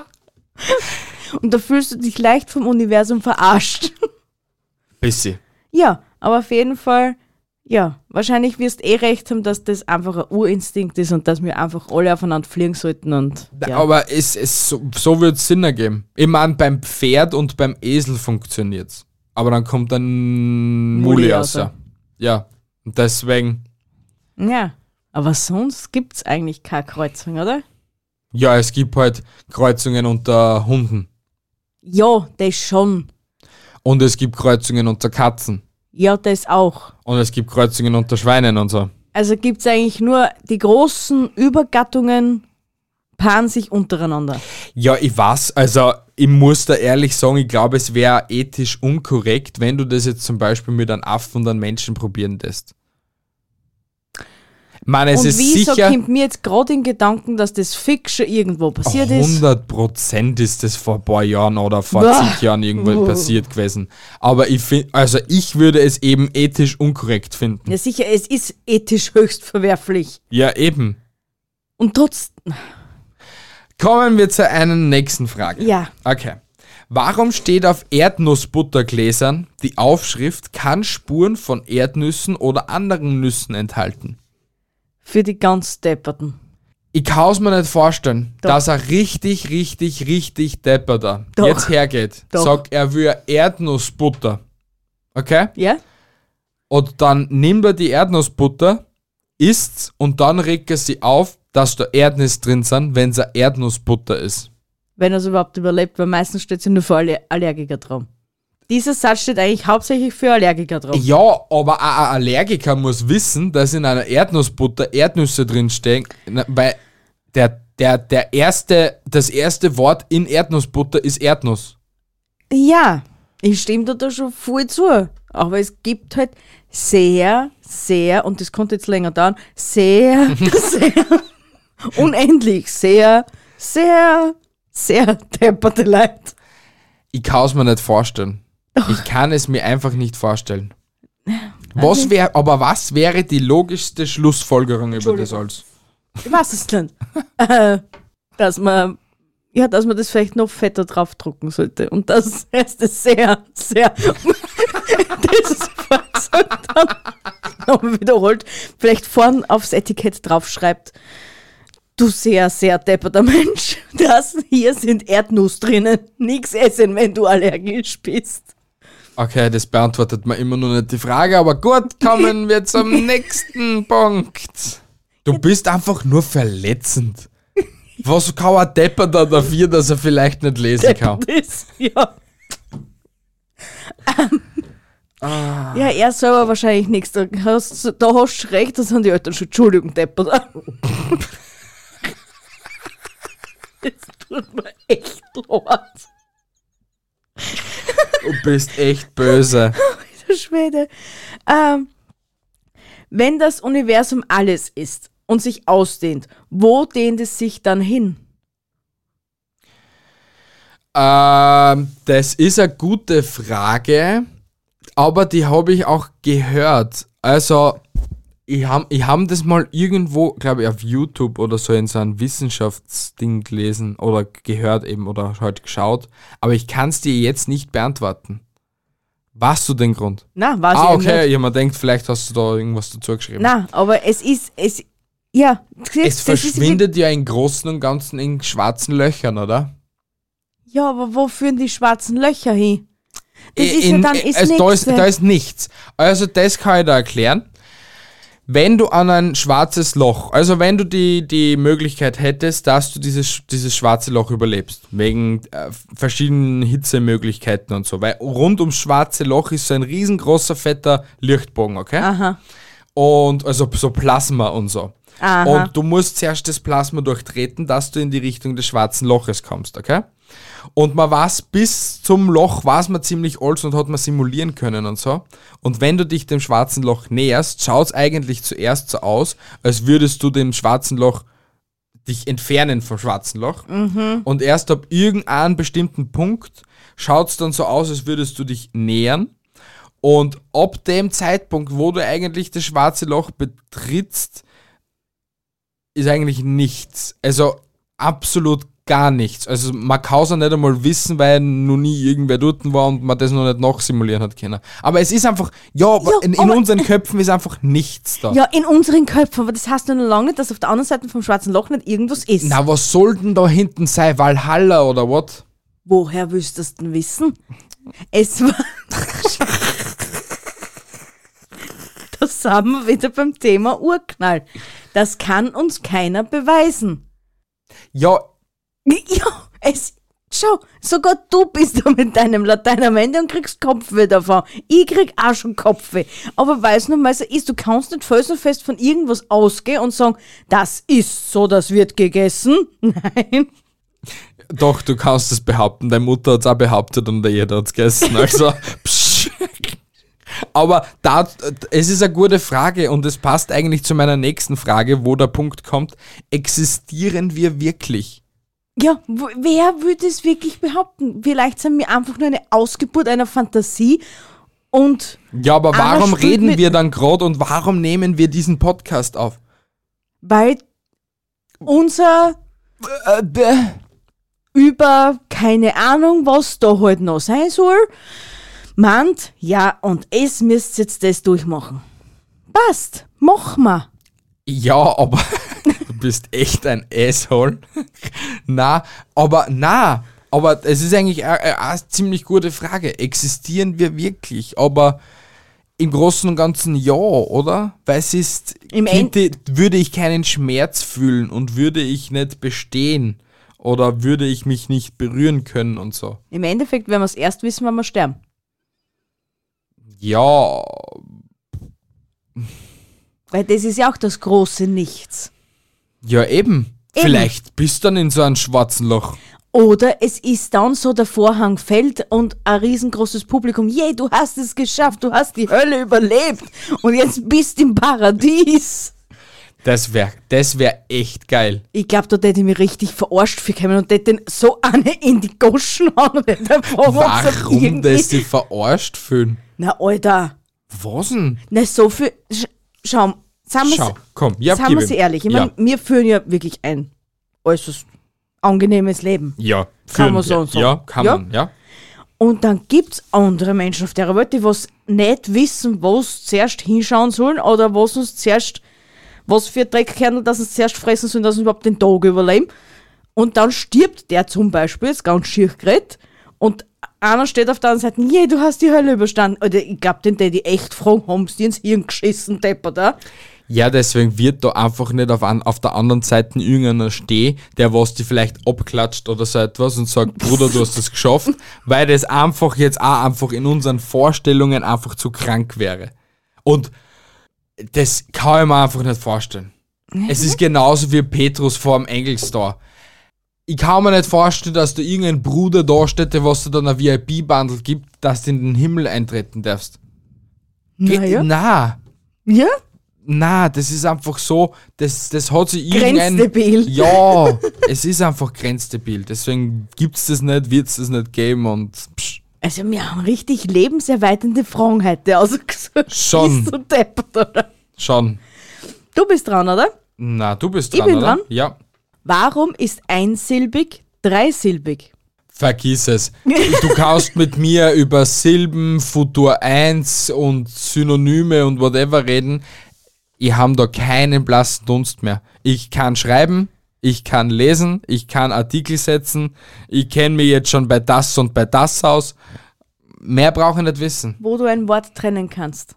Und da fühlst du dich leicht vom Universum verarscht. Bisschen. Ja, aber auf jeden Fall, ja, wahrscheinlich wirst du eh recht haben, dass das einfach ein Urinstinkt ist und dass wir einfach alle aufeinander fliegen sollten und ja. Aber es, es, so, so wird es Sinn ergeben. Ich meine, beim Pferd und beim Esel funktioniert's. Aber dann kommt ein Muli Muli raus. raus. Ja, und deswegen, Ja, aber sonst gibt's eigentlich keine Kreuzung, oder? ja, es gibt halt Kreuzungen unter Hunden. Ja, das schon. Und es gibt Kreuzungen unter Katzen. Ja, das auch. Und es gibt Kreuzungen unter Schweinen und so. Also gibt's eigentlich nur die großen Übergattungen paaren sich untereinander. Ja, ich weiß, also ich muss da ehrlich sagen, ich glaube, es wäre ethisch unkorrekt, wenn du das jetzt zum Beispiel mit einem Affen und einem Menschen probieren lässt. Ich meine, es und ist wieso sicher, kommt mir jetzt gerade in Gedanken, dass das fix schon irgendwo passiert ist? hundert Prozent ist das vor ein paar Jahren oder vor Boah. zig Jahren irgendwo Boah. passiert gewesen. Aber ich finde, also ich würde es eben ethisch unkorrekt finden. Ja sicher, es ist ethisch höchst verwerflich. Ja, eben. Und trotzdem, Kommen wir zu einer nächsten Frage. ja, Okay. Warum steht auf Erdnussbuttergläsern die Aufschrift, kann Spuren von Erdnüssen oder anderen Nüssen enthalten? für die ganz Depperten. Ich kann es mir nicht vorstellen, Doch. dass er richtig, richtig, richtig depperter Doch. jetzt hergeht, Doch. sagt, er will Erdnussbutter. Okay? Ja? Und dann nimmt er die Erdnussbutter, isst's und dann regt er sie auf, dass da Erdnüsse drin sind, wenn es eine Erdnussbutter ist. Wenn er es überhaupt überlebt, weil meistens steht sie nur für Aller- Allergiker drauf. Dieser Satz steht eigentlich hauptsächlich für Allergiker drauf. Ja, aber auch ein Allergiker muss wissen, dass in einer Erdnussbutter Erdnüsse drinstehen, na, weil der, der, der erste, das erste Wort in Erdnussbutter ist Erdnuss. Ja, ich stimme dir da schon voll zu. Aber es gibt halt sehr, sehr, und das konnte jetzt länger dauern, sehr, sehr, unendlich, sehr, sehr, sehr depperte Leute. Ich kann es mir nicht vorstellen. Ich kann es mir einfach nicht vorstellen. Was wäre, aber was wäre die logischste Schlussfolgerung über das alles? Ich weiß es nicht. Äh, dass man, ja, dass man das vielleicht noch fetter draufdrucken sollte. Und das heißt es sehr, sehr, das ist gesagt dann, nochmal wiederholt, vielleicht vorn aufs Etikett draufschreibt, du sehr, sehr depperter Mensch, das hier sind Erdnuss drinnen. Nix essen, wenn du allergisch bist. Okay, das beantwortet mir immer noch nicht die Frage, aber gut, kommen wir zum nächsten Punkt. Du bist einfach nur verletzend. Was kann ein Depper da dafür, dass er vielleicht nicht lesen kann? Das, ja. Ähm, Ah. Ja, er selber wahrscheinlich nichts. Da hast, da hast du recht, da sind die Eltern schon Entschuldigung, Depper. Das tut mir echt leid. Du bist echt böse. Der Schwede. Ähm, wenn das Universum alles ist und sich ausdehnt, wo dehnt es sich dann hin? Ähm, das ist eine gute Frage, aber die habe ich auch gehört. Also, ich habe ich hab das mal irgendwo, glaube ich, auf YouTube oder so in so einem Wissenschaftsding gelesen oder gehört eben oder halt geschaut, aber ich kann es dir jetzt nicht beantworten. Weißt du den Grund? Na, weiß Ah, ich okay, nicht. ja, man denkt, vielleicht hast du da irgendwas dazu geschrieben. Na, aber es ist, es, ja. Es verschwindet ja im Großen und Ganzen in schwarzen Löchern, oder? Ja, aber wo führen die schwarzen Löcher hin? Das In, ist ja dann ist also, da, ist, nichts. da ist nichts. Also das kann ich da erklären. Wenn du an ein schwarzes Loch, also wenn du die, die Möglichkeit hättest, dass du dieses, dieses schwarze Loch überlebst, wegen äh, verschiedenen Hitzemöglichkeiten und so, weil rund ums schwarze Loch ist so ein riesengroßer, fetter Lichtbogen, okay? Aha. Und also so Plasma und so. Aha. Und du musst zuerst das Plasma durchtreten, dass du in die Richtung des schwarzen Loches kommst, okay? Und man weiß, bis zum Loch weiß man ziemlich alles und hat man simulieren können und so. Und wenn du dich dem schwarzen Loch näherst, schaut es eigentlich zuerst so aus, als würdest du dem schwarzen Loch dich entfernen vom schwarzen Loch. Mhm. Und erst ab irgendeinem bestimmten Punkt schaut es dann so aus, als würdest du dich nähern. Und ab dem Zeitpunkt, wo du eigentlich das schwarze Loch betrittst, ist eigentlich nichts. Also absolut gar nichts. Also man kann es ja nicht einmal wissen, weil noch nie irgendwer dort war und man das noch nicht nachsimulieren hat können. Aber es ist einfach, ja, Ja, in, in aber- unseren Köpfen ist einfach nichts da. Ja, in unseren Köpfen, aber das heißt ja noch lange nicht, dass auf der anderen Seite vom schwarzen Loch nicht irgendwas ist. Na, was soll denn da hinten sein? Valhalla oder was? Woher willst du das denn wissen? Es war... Da sind wir wieder beim Thema Urknall. Das kann uns keiner beweisen. Ja, Ja, es... Schau, sogar du bist da mit deinem Latein am Ende und kriegst Kopfweh davon. Ich krieg auch schon Kopfweh. Aber weil es nun mal so ist, du kannst nicht felsenfest von irgendwas ausgehen und sagen, das ist so, das wird gegessen. Nein. doch, du kannst es behaupten. Deine Mutter hat es auch behauptet und jeder hat es gegessen. Also, psch. Aber da, es ist eine gute Frage und es passt eigentlich zu meiner nächsten Frage, wo der Punkt kommt. Existieren wir wirklich? Ja, w- wer würde es wirklich behaupten? Vielleicht sind wir einfach nur eine Ausgeburt einer Fantasie und Ja, aber Einer warum spielt reden mit- wir dann gerade und warum nehmen wir diesen Podcast auf? weil unser Äh, bäh. über keine Ahnung, was da halt noch sein soll, meint, ja, und es müsst jetzt das durchmachen. Passt, mach mal. Ja, aber du bist echt ein Asshole. Na, aber na, aber es ist eigentlich eine, eine ziemlich gute Frage. Existieren wir wirklich? Aber im Großen und Ganzen ja, oder? Weil es ist, Im könnte, würde ich keinen Schmerz fühlen und würde ich nicht bestehen oder würde ich mich nicht berühren können und so. Im Endeffekt werden wir es erst wissen, wenn wir sterben. Ja, Weil das ist ja auch das große Nichts. ja eben. Eben. Vielleicht bist du dann in so einem schwarzen Loch. Oder es ist dann so, der Vorhang fällt und ein riesengroßes Publikum, yay, du hast es geschafft, du hast die Hölle überlebt und jetzt bist im Paradies. Das wäre das wär echt geil. Ich glaube, da hätte ich mich richtig verarscht für kommen und hätte den so eine in die Goschen hauen und hätte fragen, ob's auf Warum irgendwie- das sich verarscht fühlen? Na, Alter, Was denn? na, so viel. Sch schau, sagen wir's- Schau, komm, ja, sagen gib wir sie ihm. ehrlich. Ich ja. meine, wir führen ja wirklich ein äußerst angenehmes Leben. ja, Kann führen man so wir. und so. Ja, kann Ja? man, ja. Und dann gibt's andere Menschen auf der Welt, die was nicht wissen, wo sie zuerst hinschauen sollen oder was uns zuerst, was für Dreckkernel, dass sie zuerst fressen sollen, dass sie überhaupt den Tag überleben. Und dann stirbt der zum Beispiel, ist ganz schier geredet, und einer steht auf der anderen Seite, je, du hast die Hölle überstanden. Oder ich glaube, den hätte ich echt fragen, haben sie ins Hirn geschissen, Depper, da? Ja, deswegen wird da einfach nicht auf, an, auf der anderen Seite irgendeiner stehen, der was die vielleicht abklatscht oder so etwas und sagt, Bruder, du hast das geschafft, weil das einfach jetzt auch einfach in unseren Vorstellungen einfach zu krank wäre. Und das kann ich mir einfach nicht vorstellen. Mhm. Es ist genauso wie Petrus vor dem Engelstor. Ich kann mir nicht vorstellen, dass da irgendein Bruder da steht, der was dir dann ein V I P-Bundle gibt, dass du in den Himmel eintreten darfst. Ge- Naja. Na. Ja? Na, das ist einfach so, das, das hat sich irgendein... Grenzdebil. Ja, es ist einfach grenzdebil. Deswegen gibt's das nicht, wird's das nicht geben und psch. Also wir haben richtig lebenserweiternde Fragen heute ausgesucht. Schon. Bist du deppert, oder? Schon. Du bist dran, oder? Na, du bist Ich dran, bin oder? dran? Ja. Warum ist einsilbig dreisilbig? Vergiss es. Du kannst mit mir über Silben, Futur eins und Synonyme und whatever reden. Ich habe da keinen blassen Dunst mehr. Ich kann schreiben, ich kann lesen, ich kann Artikel setzen, ich kenne mich jetzt schon bei das und bei das aus. Mehr brauche ich nicht wissen. Wo du ein Wort trennen kannst.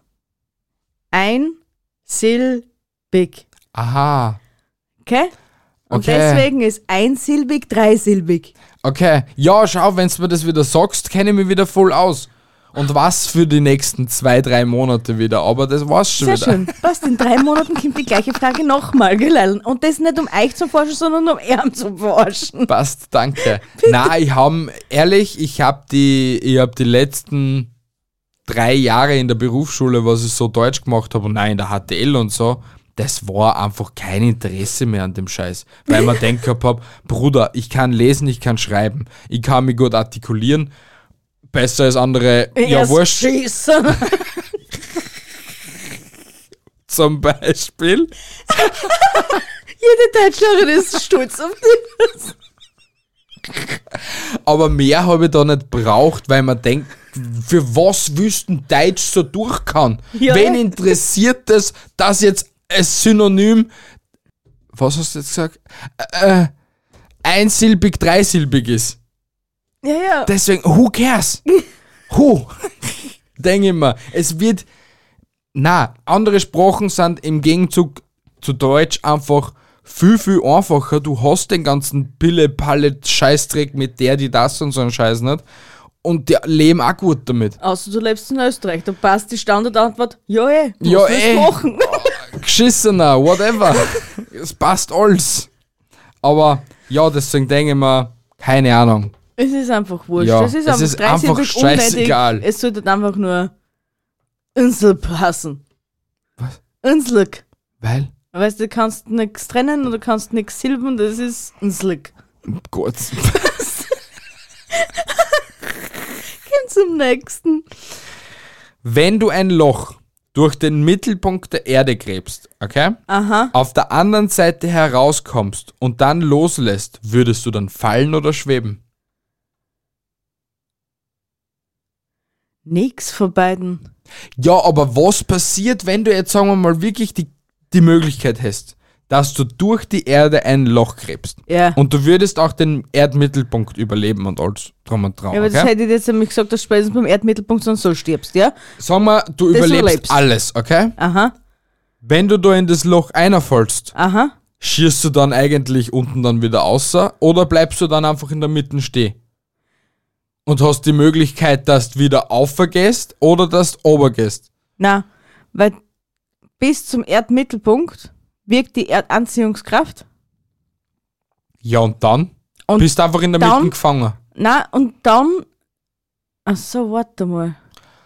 Einsilbig. Aha, Okay? Und Okay. deswegen ist einsilbig dreisilbig. okay. Ja, schau, wenn du mir das wieder sagst, kenne ich mich wieder voll aus. Und was für die nächsten zwei, drei Monate wieder. Aber das war's schon Sehr wieder. schön. Passt, in drei Monaten kommt die gleiche Frage nochmal, gell? Und das nicht um euch zu forschen, sondern um ihn zu forschen. Passt, danke. Na, ich habe, ehrlich, ich habe die, ich hab die letzten drei Jahre in der Berufsschule, was ich so Deutsch gemacht habe und nein, in der H T L und so, das war einfach kein Interesse mehr an dem Scheiß. Weil man denkt gehabt hab, Bruder, ich kann lesen, ich kann schreiben, ich kann mich gut artikulieren, besser als andere, ja Erst wurscht, schießen. zum Beispiel. Jede Deutschlerin ist stolz auf dich. Aber mehr habe ich da nicht braucht, weil man denkt, für was wüssten Deutsch so durch kann? Ja. Wen interessiert es, dass jetzt ein Synonym, was hast du jetzt gesagt, äh, einsilbig, dreisilbig ist? Ja, ja. Deswegen, who cares? Who? Denke ich mir, es wird, na, andere Sprachen sind im Gegenzug zu Deutsch einfach viel, viel einfacher. Du hast den ganzen Pille-Palle-Scheißdreck mit der, die das und so einen Scheiß nicht. Und die leben auch gut damit. Außer du lebst in Österreich, da passt die Standardantwort, ja eh, was Ja, willst eh. du machen? Geschissener, whatever. Es passt alles. Aber ja, deswegen denke ich mir, keine Ahnung. Es ist einfach wurscht. Ja, es ist es einfach, ist dreisilbig einfach scheißegal. unnötig. Es sollte einfach nur Insel passen. Was? Inslig. Weil, Weißt du, du kannst nichts trennen oder kannst nichts silben, das ist Inslig. Gott. Gehen zum nächsten. Wenn du ein Loch durch den Mittelpunkt der Erde gräbst, okay? Aha. Auf der anderen Seite herauskommst und dann loslässt, würdest du dann fallen oder schweben? Nix von beiden. Ja, aber was passiert, wenn du jetzt, sagen wir mal, wirklich die, die Möglichkeit hast, dass du durch die Erde ein Loch gräbst Ja. und du würdest auch den Erdmittelpunkt überleben und alles drum und dran, Ja, aber das okay? hätte ich jetzt nämlich gesagt, dass du spätestens beim Erdmittelpunkt sonst so stirbst, ja? Sagen wir, du Das überlebst überlebst. alles, okay? Aha, Wenn du da in das Loch einfällst, aha. schierst du dann eigentlich unten dann wieder außer oder bleibst du dann einfach in der Mitte stehen? Und hast die Möglichkeit, dass du wieder aufgehst oder dass du runtergehst? Na, weil bis zum Erdmittelpunkt wirkt die Erdanziehungskraft. Ja, und dann? Und Bist du einfach in der dann- Mitte gefangen. Na, und dann. Ach so, warte mal.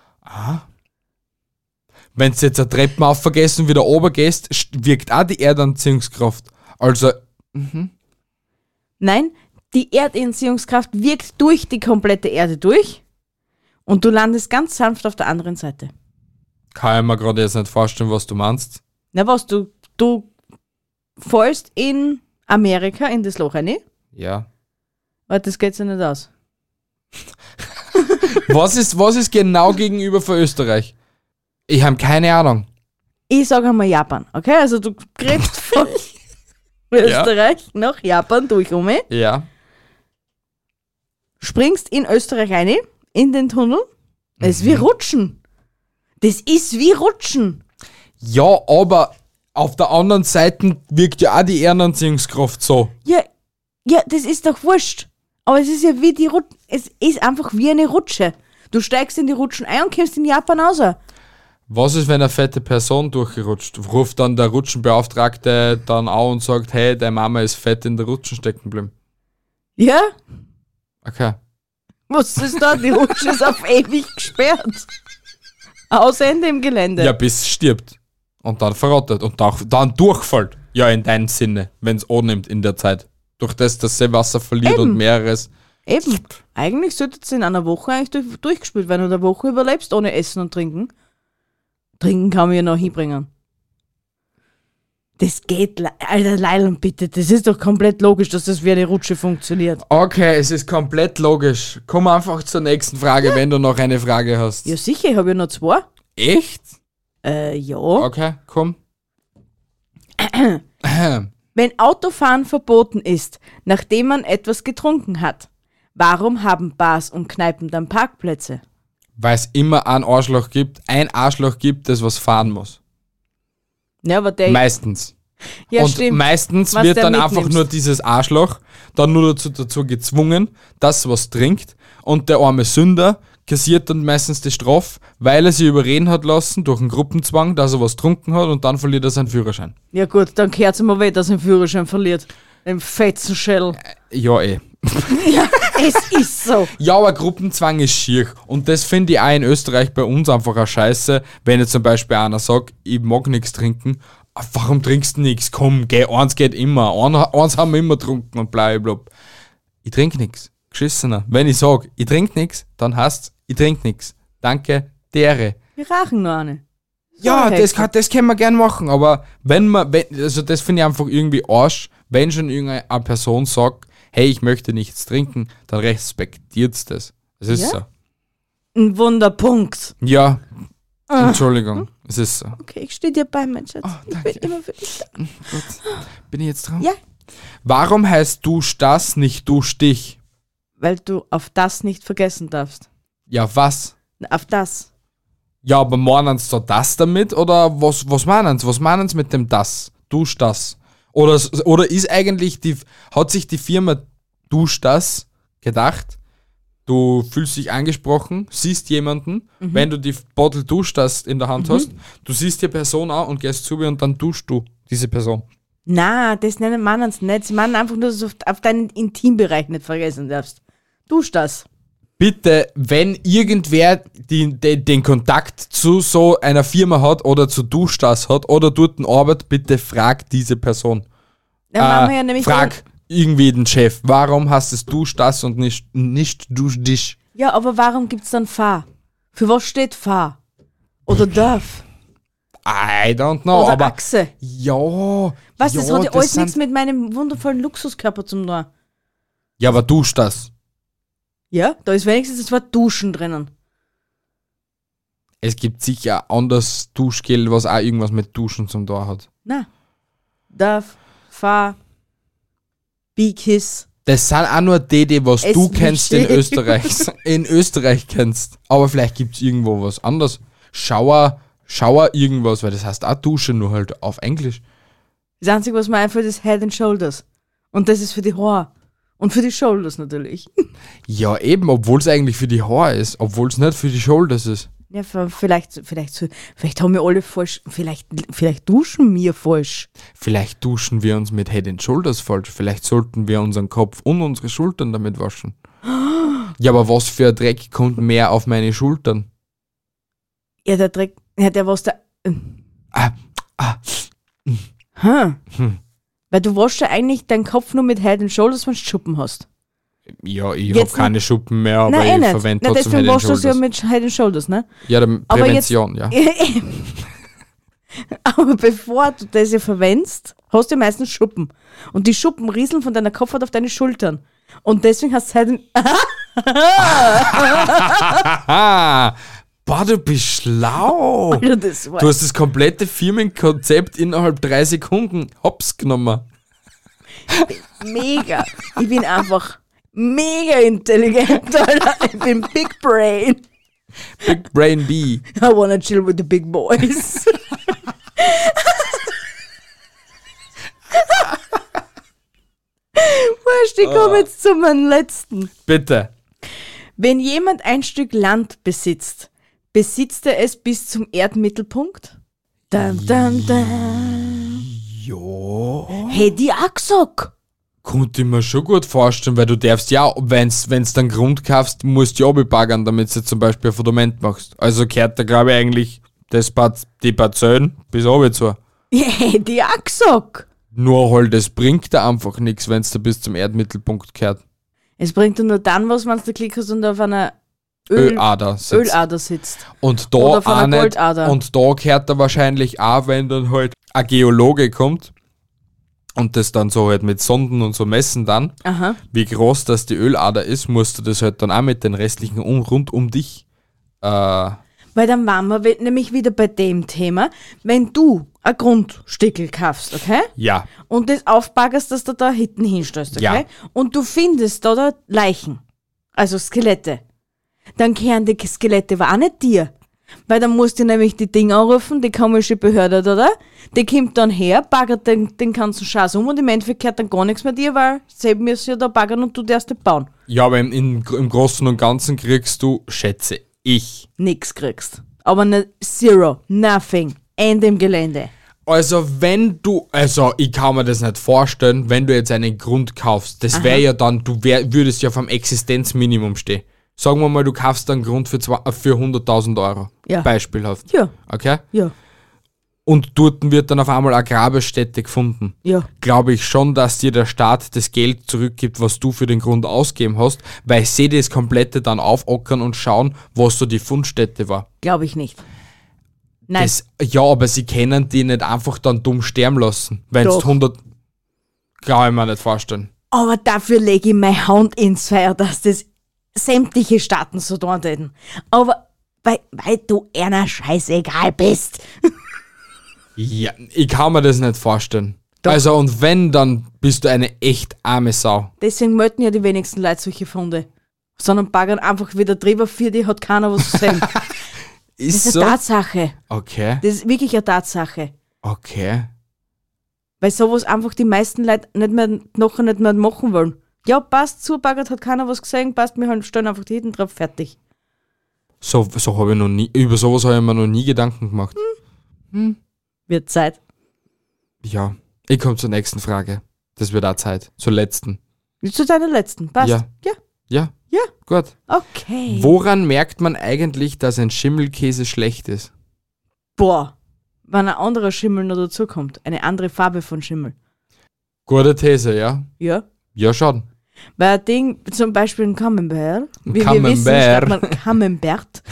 Wenn du jetzt eine Treppe aufvergessen und wieder oben gehst, st- wirkt auch die Erdanziehungskraft. Also, Nein, die Erdanziehungskraft wirkt durch die komplette Erde durch und du landest ganz sanft auf der anderen Seite. kann ich mir gerade jetzt nicht vorstellen, was du meinst. Na was, du, du fällst in Amerika in das Loch rein, Ja. aber das geht ja nicht aus. Was ist, was ist genau gegenüber von Österreich? Ich habe keine Ahnung. Ich sage einmal Japan, okay? Also du kriegst von Österreich nach Japan durch um, Ja. springst in Österreich rein, in den Tunnel. Das ist wie Rutschen. Das ist wie Rutschen. Ja, aber Auf der anderen Seite wirkt ja auch die Erdanziehungskraft so. Ja, ja, das ist doch wurscht. Aber es ist ja wie die Rutsche. Es ist einfach wie eine Rutsche. Du steigst in die Rutschen ein und kommst in Japan raus. Was ist, wenn eine fette Person durchgerutscht? Ruft dann der Rutschenbeauftragte dann auch und sagt, hey, deine Mama ist fett in der Rutschen stecken geblieben. Ja? Okay. Was ist da? Die Rutsche ist auf ewig gesperrt. Ausende im Gelände. Ja, bis es stirbt. Und dann verrottet und auch, dann durchfällt. Ja, in deinem Sinne, wenn es annimmt in der Zeit. Durch das, dass sie Wasser verliert Eben. und mehreres. Eben. Eigentlich sollte es in einer Woche eigentlich durch, durchgespielt werden und eine Woche überlebst ohne Essen und Trinken. Trinken kann man ja noch hinbringen. Das geht, le- Alter, Leiland, bitte. Das ist doch komplett logisch, dass das wie eine Rutsche funktioniert. Okay, es ist komplett logisch. Komm einfach zur nächsten Frage, wenn du noch eine Frage hast. Ja, sicher, ich habe ja noch zwei. Echt? Äh, ja. Okay, komm. Wenn Autofahren verboten ist, nachdem man etwas getrunken hat, warum haben Bars und Kneipen dann Parkplätze? Weil es immer ein Arschloch gibt, ein Arschloch gibt, das was fahren muss. Ja, aber der... Meistens. ja, und stimmt. meistens Was wird der dann einfach mitnimmst. nur dieses Arschloch dann nur dazu, dazu gezwungen, dass er was trinkt und der arme Sünder kassiert dann meistens die Strafe, weil er sich überreden hat lassen durch einen Gruppenzwang, dass er was getrunken hat und dann verliert er seinen Führerschein. Ja gut, dann kehrt es mal weh, dass er den Führerschein verliert. Im fetzen Schell. Ja, eh. Es ist so. Ja, aber Gruppenzwang ist schier. Und das finde ich auch in Österreich bei uns einfach eine Scheiße, wenn jetzt zum Beispiel einer sagt, ich mag nichts trinken. Ah, warum trinkst du nichts? Komm, geh, eins geht immer. Ein, eins haben wir immer getrunken und blablabla. Ich trinke nichts. Geschissener. Wenn ich sage, ich trinke nichts, dann heißt ich trinke nichts. Danke, dere. Wir rauchen noch eine. So, Ja, Hexe. das, kann, das können wir gern machen, aber wenn man, wenn, also das finde ich einfach irgendwie Arsch, wenn schon irgendeine Person sagt, hey, ich möchte nichts trinken, dann respektiert's das. Es ist Ja? so. Ein Wunderpunkt. Ja, Entschuldigung, es ist so. Okay, ich stehe dir bei, mein Schatz. Oh, ich danke. bin immer für dich da. Gut. Bin ich jetzt dran? Ja. Warum heißt dusch das, nicht dusch dich? Weil du auf das nicht vergessen darfst. Ja, was? Auf das. Ja, aber meinen sie da das damit oder was, was meinen sie? Was meinen sie mit dem das? Dusch das? Oder, oder ist eigentlich die, hat sich die Firma Dusch das gedacht, du fühlst dich angesprochen, siehst jemanden, wenn du die Bottle Dusch das in der Hand hast, du siehst die Person an und gehst zu ihr und dann duschst du diese Person. Na, das nennen meinen sie nicht. Sie meinen einfach nur, dass du auf, auf deinen Intimbereich nicht vergessen darfst. Dusch das. Bitte, wenn irgendwer die, die, den Kontakt zu so einer Firma hat oder zu Dusch das hat oder dort arbeitet, bitte frag diese Person. Da machen wir Äh, ja nämlich frag irgendwie den Chef, warum hast es Dusch das und nicht, nicht Dusch dich? Ja, aber warum gibt's dann Fahr? Für was steht Fahr? Oder darf? I don't know, Oder aber Achse? ja. Was, ja, das hat ja alles sind- nichts mit meinem wundervollen Luxuskörper zum tun. Ja, aber Dusch das. Ja, da ist wenigstens das Wort Duschen drinnen. Es gibt sicher anderes Duschgel, was auch irgendwas mit Duschen zum Tor hat. Na. Darf, Fahr, Be-Kiss. Das sind auch nur die, die was Es du kennst in Michel. Österreich, in Österreich kennst. Aber vielleicht gibt es irgendwo was anderes. Schauer, Schauer irgendwas, weil das heißt auch Dusche, nur halt auf Englisch. Das Einzige, was mir einfällt, ist Head and Shoulders. Und das ist für die Haare. Und für die Shoulders natürlich. Ja, eben, obwohl es eigentlich für die Haare ist, obwohl es nicht für die Shoulders ist. Ja, v- vielleicht, vielleicht, so- vielleicht haben wir alle falsch, vielleicht, vielleicht duschen wir falsch. Vielleicht duschen wir uns mit Head and Shoulders falsch. Vielleicht sollten wir unseren Kopf und unsere Schultern damit waschen. Ja, aber was für ein Dreck kommt mehr auf meine Schultern? Ja, der Dreck, ja, der was da, Ah, ah, hm. Hm. Weil du waschst ja eigentlich deinen Kopf nur mit Head and Shoulders, wenn du Schuppen hast. ja, ich Jetzt habe keine Schuppen mehr, aber Nein, eh ich nicht. verwende Nein, trotzdem deswegen Head and waschst du es ja Shoulders. mit Head and Shoulders, ne? Ja, der Aber Prävention, ja. Aber bevor du das ja verwendest, hast du ja meistens Schuppen. Und die Schuppen rieseln von deiner Kopfhaut auf deine Schultern. Und deswegen hast du Head and... Haha! Boah, du bist schlau! Alter, das war... Du hast das komplette Firmenkonzept innerhalb drei Sekunden hops genommen. Mega. Ich bin einfach mega intelligent, Alter. Ich bin Big Brain. Big Brain B. I wanna chill with the big boys. wurscht, ich komme jetzt zu meinem letzten. Bitte. Wenn jemand ein Stück Land besitzt, besitzt er es bis zum Erdmittelpunkt? Dun, dun, dun. Ja. Hätte ich auch gesagt. Konnte ich mir schon gut vorstellen, weil du darfst ja, wenn's, wenn's dann Grund kaufst, musst du ja abbaggern, damit du zum Beispiel ein Fundament machst. Also gehört da, glaube ich, eigentlich das Part, die Parzellen bis oben zu. Ja, hätte ich auch gesagt. Nur halt, es bringt da einfach nichts, wenn's da bis zum Erdmittelpunkt gehört. Es bringt dir nur dann was, wenn du klickst und auf einer Öl Ölader sitzt. Ölader sitzt. Und da Oder auf einer auch nicht, Goldader. und da gehört er wahrscheinlich auch, wenn dann halt ein Geologe kommt und das dann so halt mit Sonden und so messen dann, Aha. wie groß das die Ölader ist, musst du das halt dann auch mit den restlichen um, rund um dich äh, Weil dann waren wir we- nämlich wieder bei dem Thema, wenn du ein Grundstückel kaufst, okay? ja, Und das aufbaggerst, dass du da hinten hinstellst, okay? Ja. Und du findest da, da Leichen, also Skelette. Dann kehren die Skelette aber auch nicht dir. Weil dann musst du nämlich die Dinge anrufen, die komische Behörde, oder? Die kommt dann her, baggert den, den ganzen Scheiß um und im Endeffekt gehört dann gar nichts mehr dir, weil selber müssen ja da baggern und du darfst nicht bauen. ja, aber im, im, im Großen und Ganzen kriegst du, schätze ich. Nix kriegst. Aber nicht zero, nothing, Ende im Gelände. Also wenn du, also ich kann mir das nicht vorstellen, wenn du jetzt einen Grund kaufst, das wäre ja dann, du wär, würdest ja vom Existenzminimum stehen. Sagen wir mal, du kaufst einen Grund für, zwei- für hunderttausend Euro. Ja. Beispielhaft. Ja, Okay? ja, Und dort wird dann auf einmal eine Grabstätte gefunden. ja. Glaube ich schon, dass dir der Staat das Geld zurückgibt, was du für den Grund ausgeben hast, weil sie das Komplette dann aufockern und schauen, was so die Fundstätte war. Glaube ich nicht. Nein, Das, ja, aber sie können die nicht einfach dann dumm sterben lassen. Wenn es Doch. hundert... Kann ich mir nicht vorstellen. aber dafür lege ich meine Hand ins Feuer, dass das sämtliche Staaten so tun täten. Aber weil, weil du einer scheißegal bist. Ja, ich kann mir das nicht vorstellen. Doch. Also und wenn, dann bist du eine echt arme Sau. Deswegen melden ja die wenigsten Leute solche Funde. Sondern baggern einfach wieder drüber, für die hat keiner was zu sagen. Das Ist ist so? eine Tatsache. Okay, Das ist wirklich eine Tatsache. okay. Weil sowas einfach die meisten Leute nicht mehr, nachher nicht mehr machen wollen. Ja, passt, zubaggert, hat keiner was gesehen, passt, wir halt stellen einfach die hinten drauf, fertig. So, so habe ich noch nie, über sowas habe ich mir noch nie Gedanken gemacht. Wird Zeit. Ja, ich komme zur nächsten Frage. Das wird auch Zeit. Zur letzten. Zu deiner letzten, passt. Ja. Ja, Ja, ja. gut. Okay. Woran merkt man eigentlich, dass ein Schimmelkäse schlecht ist? Boah, wenn ein anderer Schimmel noch dazukommt. Eine andere Farbe von Schimmel. Gute These, ja? Ja. Ja, schon. Weil ein Ding, zum Beispiel ein Camembert, Ein wie wir wissen, Camembert. schreibt man Camembert.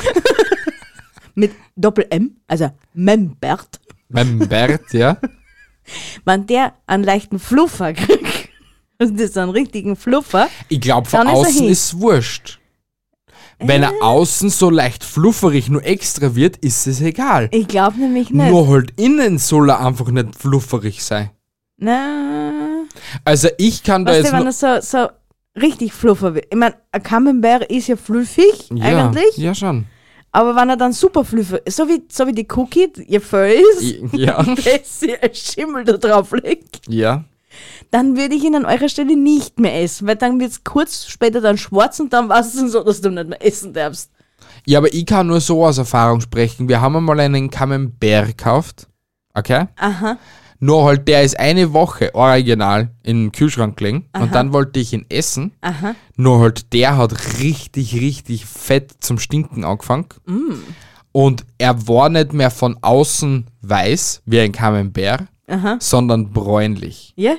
Mit Doppel-M, also Membert. Beim Bert, ja? Wenn der einen leichten Fluffer kriegt, also das ist einen richtigen Fluffer, Ich glaube, von Dann ist er außen hin. ist es wurscht. Wenn er außen so leicht flufferig nur extra wird, ist es egal. ich glaube nämlich nicht. Nur halt innen soll er einfach nicht flufferig sein. Na, Also ich kann da weißt du, jetzt wenn nur, er so, so richtig fluffer wird. Ich meine, ein Camembert ist ja fluffig, ja, eigentlich, ja schon. aber wenn er dann super fluffer ist, so wie, so wie die Cookie, ihr Fell ist, I- ja. dass sie ein Schimmel da drauf liegt, Ja. dann würde ich ihn an eurer Stelle nicht mehr essen, weil dann wird es kurz später dann schwarz und dann war es dann so, dass du nicht mehr essen darfst. Ja, aber ich kann nur so aus Erfahrung sprechen. Wir haben einmal einen Camembert gekauft. Okay? Aha. Nur halt, der ist eine Woche original im Kühlschrank gelegen. Und dann wollte ich ihn essen. Aha. Nur halt, der hat richtig, richtig fett zum Stinken angefangen. Und er war nicht mehr von außen weiß, wie ein Camembert, Aha. sondern bräunlich. Ja?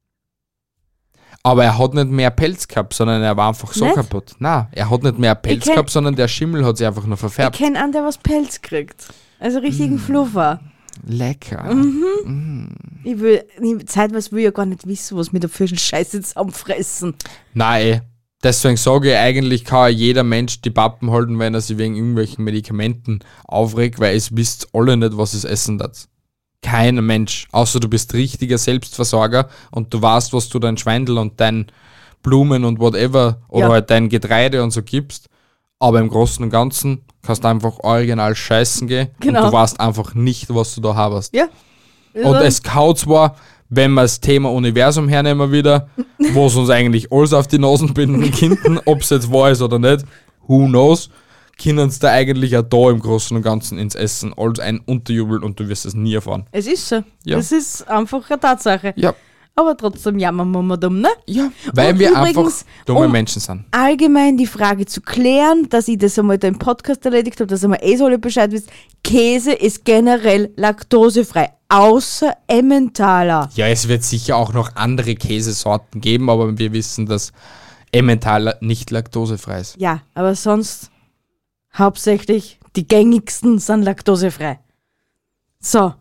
Aber er hat nicht mehr Pelz gehabt, sondern er war einfach so Nicht? kaputt. Nein, er hat nicht mehr Pelz Ich kenn- gehabt, sondern der Schimmel hat sich einfach nur Ich verfärbt. kenne einen, der was Pelz kriegt. Also richtigen Fluffer. Lecker. Ich will, ich, zeitweise will ich ja gar nicht wissen, was mir da für einen Scheiße zusammenfressen. Nein, eh. Deswegen sage ich, eigentlich kann jeder Mensch die Pappen halten, wenn er sich wegen irgendwelchen Medikamenten aufregt, weil es wisst alle nicht, was es essen darf. Kein Mensch, außer du bist richtiger Selbstversorger und du weißt, was du dein Schweindel und dein Blumen und whatever oder Ja. halt dein Getreide und so gibst. Aber im Großen und Ganzen kannst du einfach original scheißen gehen Genau. und du weißt einfach nicht, was du da hast. Ja. Und es kaut zwar, wenn wir das Thema Universum hernehmen wieder, wo es uns eigentlich alles auf die Nasen binden könnten, ob es jetzt wahr ist oder nicht, who knows, können uns da eigentlich auch da im Großen und Ganzen ins Essen alles ein unterjubeln und du wirst es nie erfahren. Es ist so. Ja. Es ist einfach eine Tatsache. Ja. Aber trotzdem jammern wir mal dumm, ne? Ja, weil Und wir übrigens, einfach dumme um Menschen sind. allgemein die Frage zu klären, dass ich das einmal da im Podcast erledigt habe, dass einmal eh so alle Bescheid wisst, Käse ist generell laktosefrei, außer Emmentaler. Ja, es wird sicher auch noch andere Käsesorten geben, aber wir wissen, dass Emmentaler nicht laktosefrei ist. Ja, aber sonst hauptsächlich die gängigsten sind laktosefrei. So.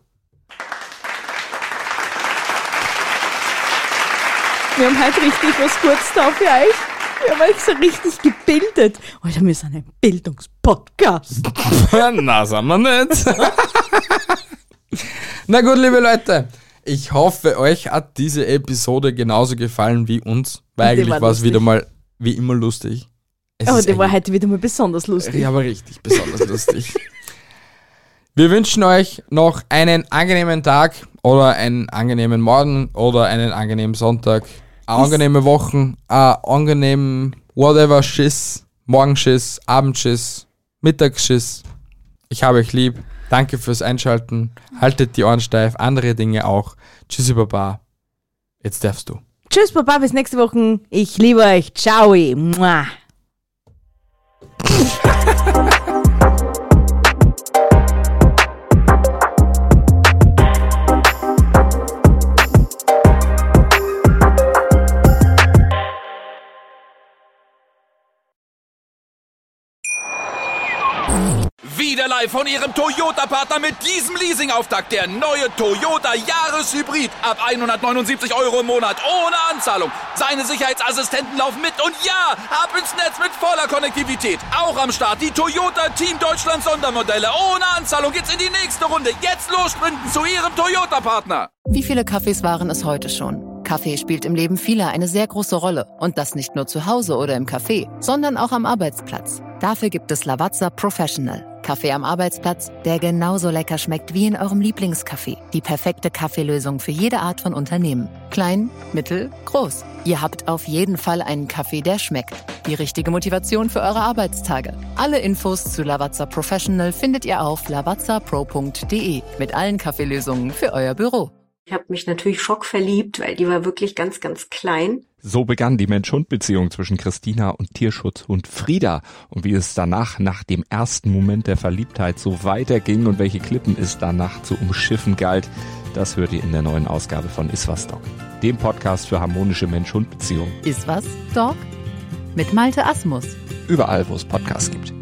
Wir haben heute richtig was Gutes da für euch. Wir haben euch so richtig gebildet. Alter, wir sind ein Bildungspodcast. Na, sind wir nicht. Na gut, liebe Leute, ich hoffe, euch hat diese Episode genauso gefallen wie uns, weil Die eigentlich war war es lustig. wieder mal wie immer lustig. Es Aber ist die war eigentlich- heute wieder mal besonders lustig. Ja, aber richtig besonders lustig. Wir wünschen euch noch einen angenehmen Tag oder einen angenehmen Morgen oder einen angenehmen Sonntag, eine angenehme Woche, einen angenehmen whatever Schiss, Morgenschiss, Abendschiss, Mittagsschiss. Ich habe euch lieb. Danke fürs Einschalten. Haltet die Ohren steif, andere Dinge auch. Tschüssi Baba. Jetzt darfst du. Tschüss, Papa, bis nächste Woche. Ich liebe euch. Ciao. Mua. Wieder live von Ihrem Toyota-Partner mit diesem Leasing-Auftakt. Der neue Toyota Jahreshybrid. Ab hundertneunundsiebzig Euro im Monat. Ohne Anzahlung. Seine Sicherheitsassistenten laufen mit. Und ja, ab ins Netz mit voller Konnektivität. Auch am Start die Toyota Team Deutschland Sondermodelle. Ohne Anzahlung geht's in die nächste Runde. Jetzt los sprinten zu Ihrem Toyota-Partner. Wie viele Kaffees waren es heute schon? Kaffee spielt im Leben vieler eine sehr große Rolle. Und das nicht nur zu Hause oder im Café, sondern auch am Arbeitsplatz. Dafür gibt es Lavazza Professional. Kaffee am Arbeitsplatz, der genauso lecker schmeckt wie in eurem Lieblingscafé. Die perfekte Kaffeelösung für jede Art von Unternehmen. Klein, mittel, groß. Ihr habt auf jeden Fall einen Kaffee, der schmeckt. Die richtige Motivation für eure Arbeitstage. Alle Infos zu Lavazza Professional findet ihr auf lavazza pro punkt de mit allen Kaffeelösungen für euer Büro. Ich habe mich natürlich schockverliebt, weil die war wirklich ganz, ganz klein. So begann die Mensch-Hund-Beziehung zwischen Christina und Tierschutzhund Frieda. Und wie es danach, nach dem ersten Moment der Verliebtheit, so weiterging und welche Klippen es danach zu umschiffen galt, das hört ihr in der neuen Ausgabe von Iswas Dog, dem Podcast für harmonische Mensch-Hund-Beziehungen. Ist was, Dog? Mit Malte Asmus. Überall, wo es Podcasts gibt.